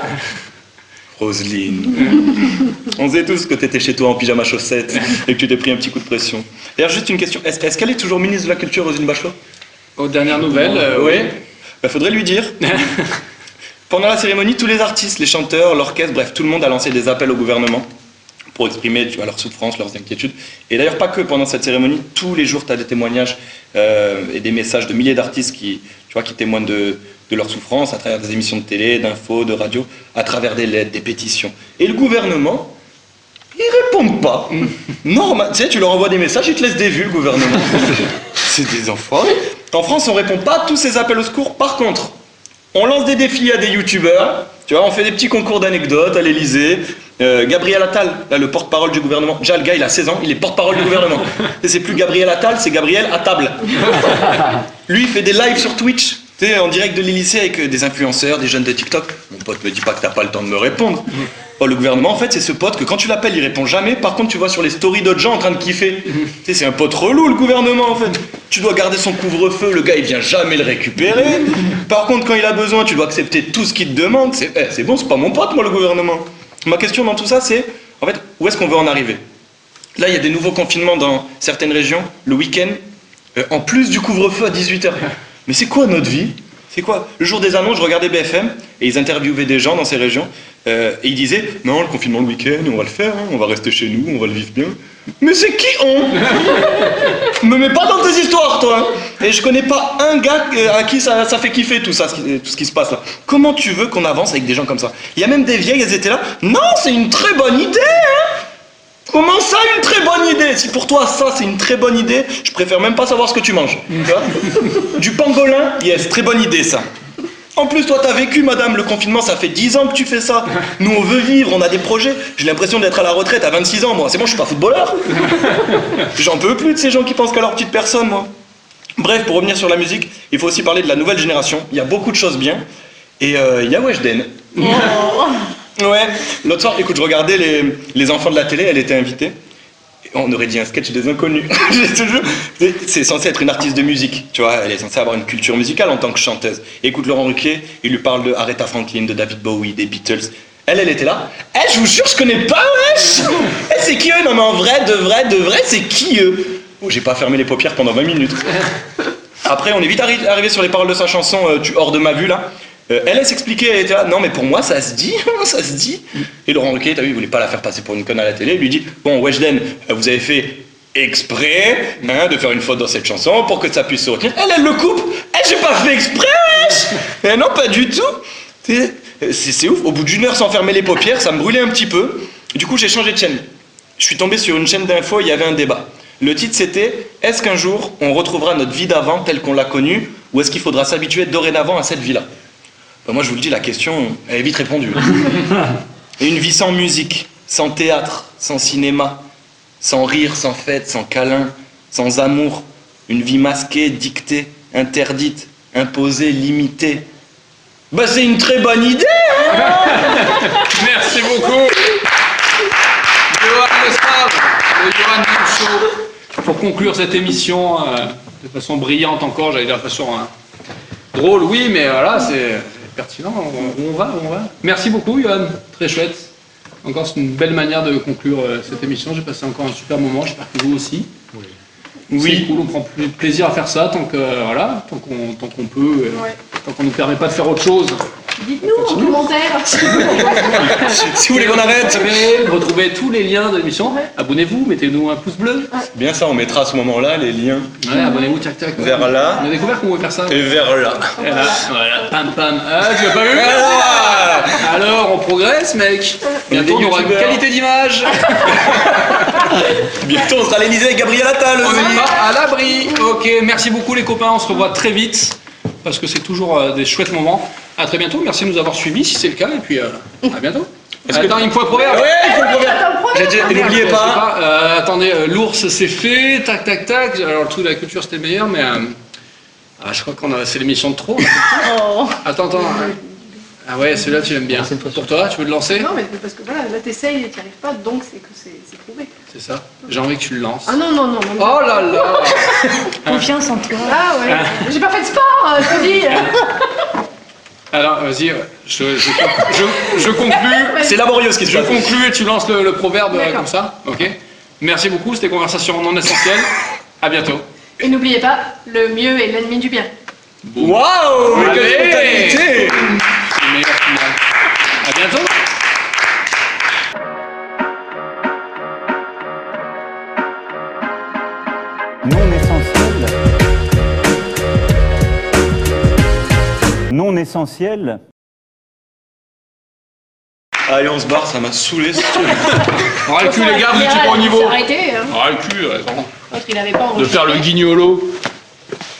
Roselyne. On sait tous que t'étais chez toi en pyjama chaussettes et que tu t'es pris un petit coup de pression. D'ailleurs, juste une question. Est-ce est-ce qu'elle est toujours ministre de la Culture, Roselyne Bachelot? Aux dernières nouvelles, euh, Oui. oui. Bah, faudrait lui dire. Pendant la cérémonie, tous les artistes, les chanteurs, l'orchestre, bref, tout le monde a lancé des appels au gouvernement pour exprimer tu vois, leurs souffrances, leurs inquiétudes. Et d'ailleurs, pas que pendant cette cérémonie, tous les jours, tu as des témoignages euh, et des messages de milliers d'artistes qui, tu vois, qui témoignent de, de leurs souffrances à travers des émissions de télé, d'infos, de radio, à travers des lettres, des pétitions. Et le gouvernement, ils répondent pas. Normal, tu sais, tu leur envoies des messages, ils te laissent des vues, le gouvernement. C'est des enfoirés. En France, on répond pas à tous ces appels au secours. Par contre, on lance des défis à des youtubeurs. Tu vois, on fait des petits concours d'anecdotes à l'Elysée. Euh, Gabriel Attal, là, le porte-parole du gouvernement. Déjà, le gars, il a seize ans, il est porte-parole du gouvernement. Et c'est plus Gabriel Attal, c'est Gabriel à table. Lui, il fait des lives sur Twitch, tu sais, en direct de l'Elysée avec des influenceurs, des jeunes de TikTok. Mon pote me dit pas que t'as pas le temps de me répondre. Oh, le gouvernement, en fait, c'est ce pote que quand tu l'appelles, il répond jamais. Par contre, tu vois sur les stories d'autres gens en train de kiffer. Tu sais, c'est un pote relou, le gouvernement, en fait. Tu dois garder son couvre-feu, le gars, il vient jamais le récupérer. Par contre, quand il a besoin, tu dois accepter tout ce qu'il te demande. C'est eh, c'est bon, c'est pas mon pote, moi, le gouvernement. Ma question dans tout ça, c'est, en fait, où est-ce qu'on veut en arriver? Là, il y a des nouveaux confinements dans certaines régions, le week-end, euh, en plus du couvre-feu à dix-huit heures. Mais c'est quoi notre vie? C'est quoi? Le jour des annonces, je regardais B F M et ils interviewaient des gens dans ces régions euh, et ils disaient non, le confinement le week-end, on va le faire, hein, on va rester chez nous, on va le vivre bien. Mais c'est qui on? Me mets pas dans tes histoires, toi. Hein. Et je connais pas un gars à qui ça, ça fait kiffer tout ça, tout ce qui se passe là. Comment tu veux qu'on avance avec des gens comme ça? Il y a même des vieilles, elles étaient là. Non, c'est une très bonne idée. Hein. Comment ça, une très bonne idée? Si pour toi ça c'est une très bonne idée, je préfère même pas savoir ce que tu manges. Tu vois? Du pangolin, yes, très bonne idée ça. En plus, toi t'as vécu, madame, le confinement, ça fait dix ans que tu fais ça. Nous on veut vivre, on a des projets. J'ai l'impression d'être à la retraite à vingt-six ans, moi. C'est bon, je suis pas footballeur. J'en peux plus de ces gens qui pensent qu'à leur petite personne, moi. Bref, pour revenir sur la musique, il faut aussi parler de la nouvelle génération. Il y a beaucoup de choses bien. Et euh, il y a Weshden. Oh. Ouais, l'autre soir, écoute, je regardais les, les enfants de la télé, elle était invitée. On aurait dit un sketch des inconnus. Je te jure. C'est censé être une artiste de musique, tu vois, elle est censée avoir une culture musicale en tant que chanteuse. Et écoute, Laurent Ruquier, il lui parle de Aretha Franklin, de David Bowie, des Beatles. Elle, elle était là. Eh, je vous jure, je connais pas, wesh. Eh, c'est qui eux? Non, mais en vrai, de vrai, de vrai, c'est qui eux? Oh, j'ai pas fermé les paupières pendant vingt minutes. Après, on est vite arri- arrivé sur les paroles de sa chanson euh, Tu hors de ma vue, là. Euh, elle, elle s'expliquait, elle était là, non mais pour moi ça se dit, ça se dit. Et Laurent Ruquier, t'as vu, il voulait pas la faire passer pour une conne à la télé, il lui dit, bon Weshden, vous avez fait exprès hein, de faire une faute dans cette chanson pour que ça puisse se retenir. Elle, elle le coupe, elle, j'ai pas fait exprès, wesh. Eh non, pas du tout. C'est, c'est, c'est ouf, au bout d'une heure sans fermer les paupières, ça me brûlait un petit peu. Du coup, j'ai changé de chaîne. Je suis tombé sur une chaîne d'infos, il y avait un débat. Le titre c'était, est-ce qu'un jour on retrouvera notre vie d'avant telle qu'on l'a connue, ou est-ce qu'il faudra s'habituer dorénavant à cette vie-là? Ben moi je vous le dis, la question, elle est vite répondue. Et une vie sans musique, sans théâtre, sans cinéma, sans rire, sans fête, sans câlin, sans amour, une vie masquée, dictée, interdite, imposée, limitée. Bah c'est une très bonne idée, hein. Merci beaucoup. Johan Lesave, le Johan Show. Pour conclure cette émission euh, de façon brillante encore, j'allais dire de façon hein, drôle, oui, mais voilà, c'est pertinent, on, on va, on va. Merci beaucoup, Johan, très chouette. Encore, c'est une belle manière de conclure euh, cette émission. J'ai passé encore un super moment, j'espère que vous aussi. Oui. Oui. C'est cool, on prend plus de plaisir à faire ça tant que euh, voilà, tant qu'on tant qu'on peut, euh, ouais. Tant qu'on nous permet pas de faire autre chose. Dites-nous en commentaire. si, si vous voulez qu'on arrête. Retrouvez tous les liens de l'émission. Ouais. Abonnez-vous, mettez-nous un pouce bleu. Ouais. Bien ça, on mettra à ce moment-là les liens. Ouais, abonnez-vous, tac tac. Vers ouais. là. On a découvert qu'on pouvait faire ça. Et vers là. Et là, voilà, pam pam. Ah, tu l'as pas vu? Ah, alors, on progresse, mec. Bientôt, on aura une qualité d'image. Bientôt, on sera à l'Élysée avec Gabriel Attal. On n'est pas à l'abri. Ok, merci beaucoup les copains. On se revoit très vite parce que c'est toujours euh, des chouettes moments. À très bientôt, merci de nous avoir suivis si c'est le cas, et puis euh, à bientôt. Est-ce Attends, que... il me faut le proverbe. Ouais, il faut le proverbe. Dit, n'oubliez pas. pas euh, attendez, euh, l'ours c'est fait, tac tac tac. Alors le truc de la culture c'était le meilleur, mais euh, ah, je crois qu'on a c'est l'émission de trop. Oh. Attends, attends. Ah ouais, celui-là tu l'aimes bien. Pour toi, tu veux le lancer? Non, mais parce que voilà, là t'essayes et t'y arrives pas, donc c'est que c'est, c'est prouvé. C'est ça. J'ai envie que tu le lances. Ah non, non, non. non, non. Oh là là. Confiance en toi. Ah ouais. J'ai pas fait de sport, je te dis. Alors, vas-y, je, je, je, je conclue. C'est laborieux ce qui se passe. Je conclue et tu lances le, le proverbe euh, comme ça. Ok. Merci beaucoup, c'était Conversation non essentielle. À bientôt. Et n'oubliez pas, le mieux est l'ennemi du bien. Waouh! Mais quelle spontanéité! Le meilleur final. À bientôt. Non essentiel. Non essentiel. Allez, on se barre, ça m'a saoulé ce truc. On aura le cul, les gars, vous étiez pas au niveau. Arrêtez. Hein. On aura le cul, raison. L'autre, il avait pas envie de faire le guignolo.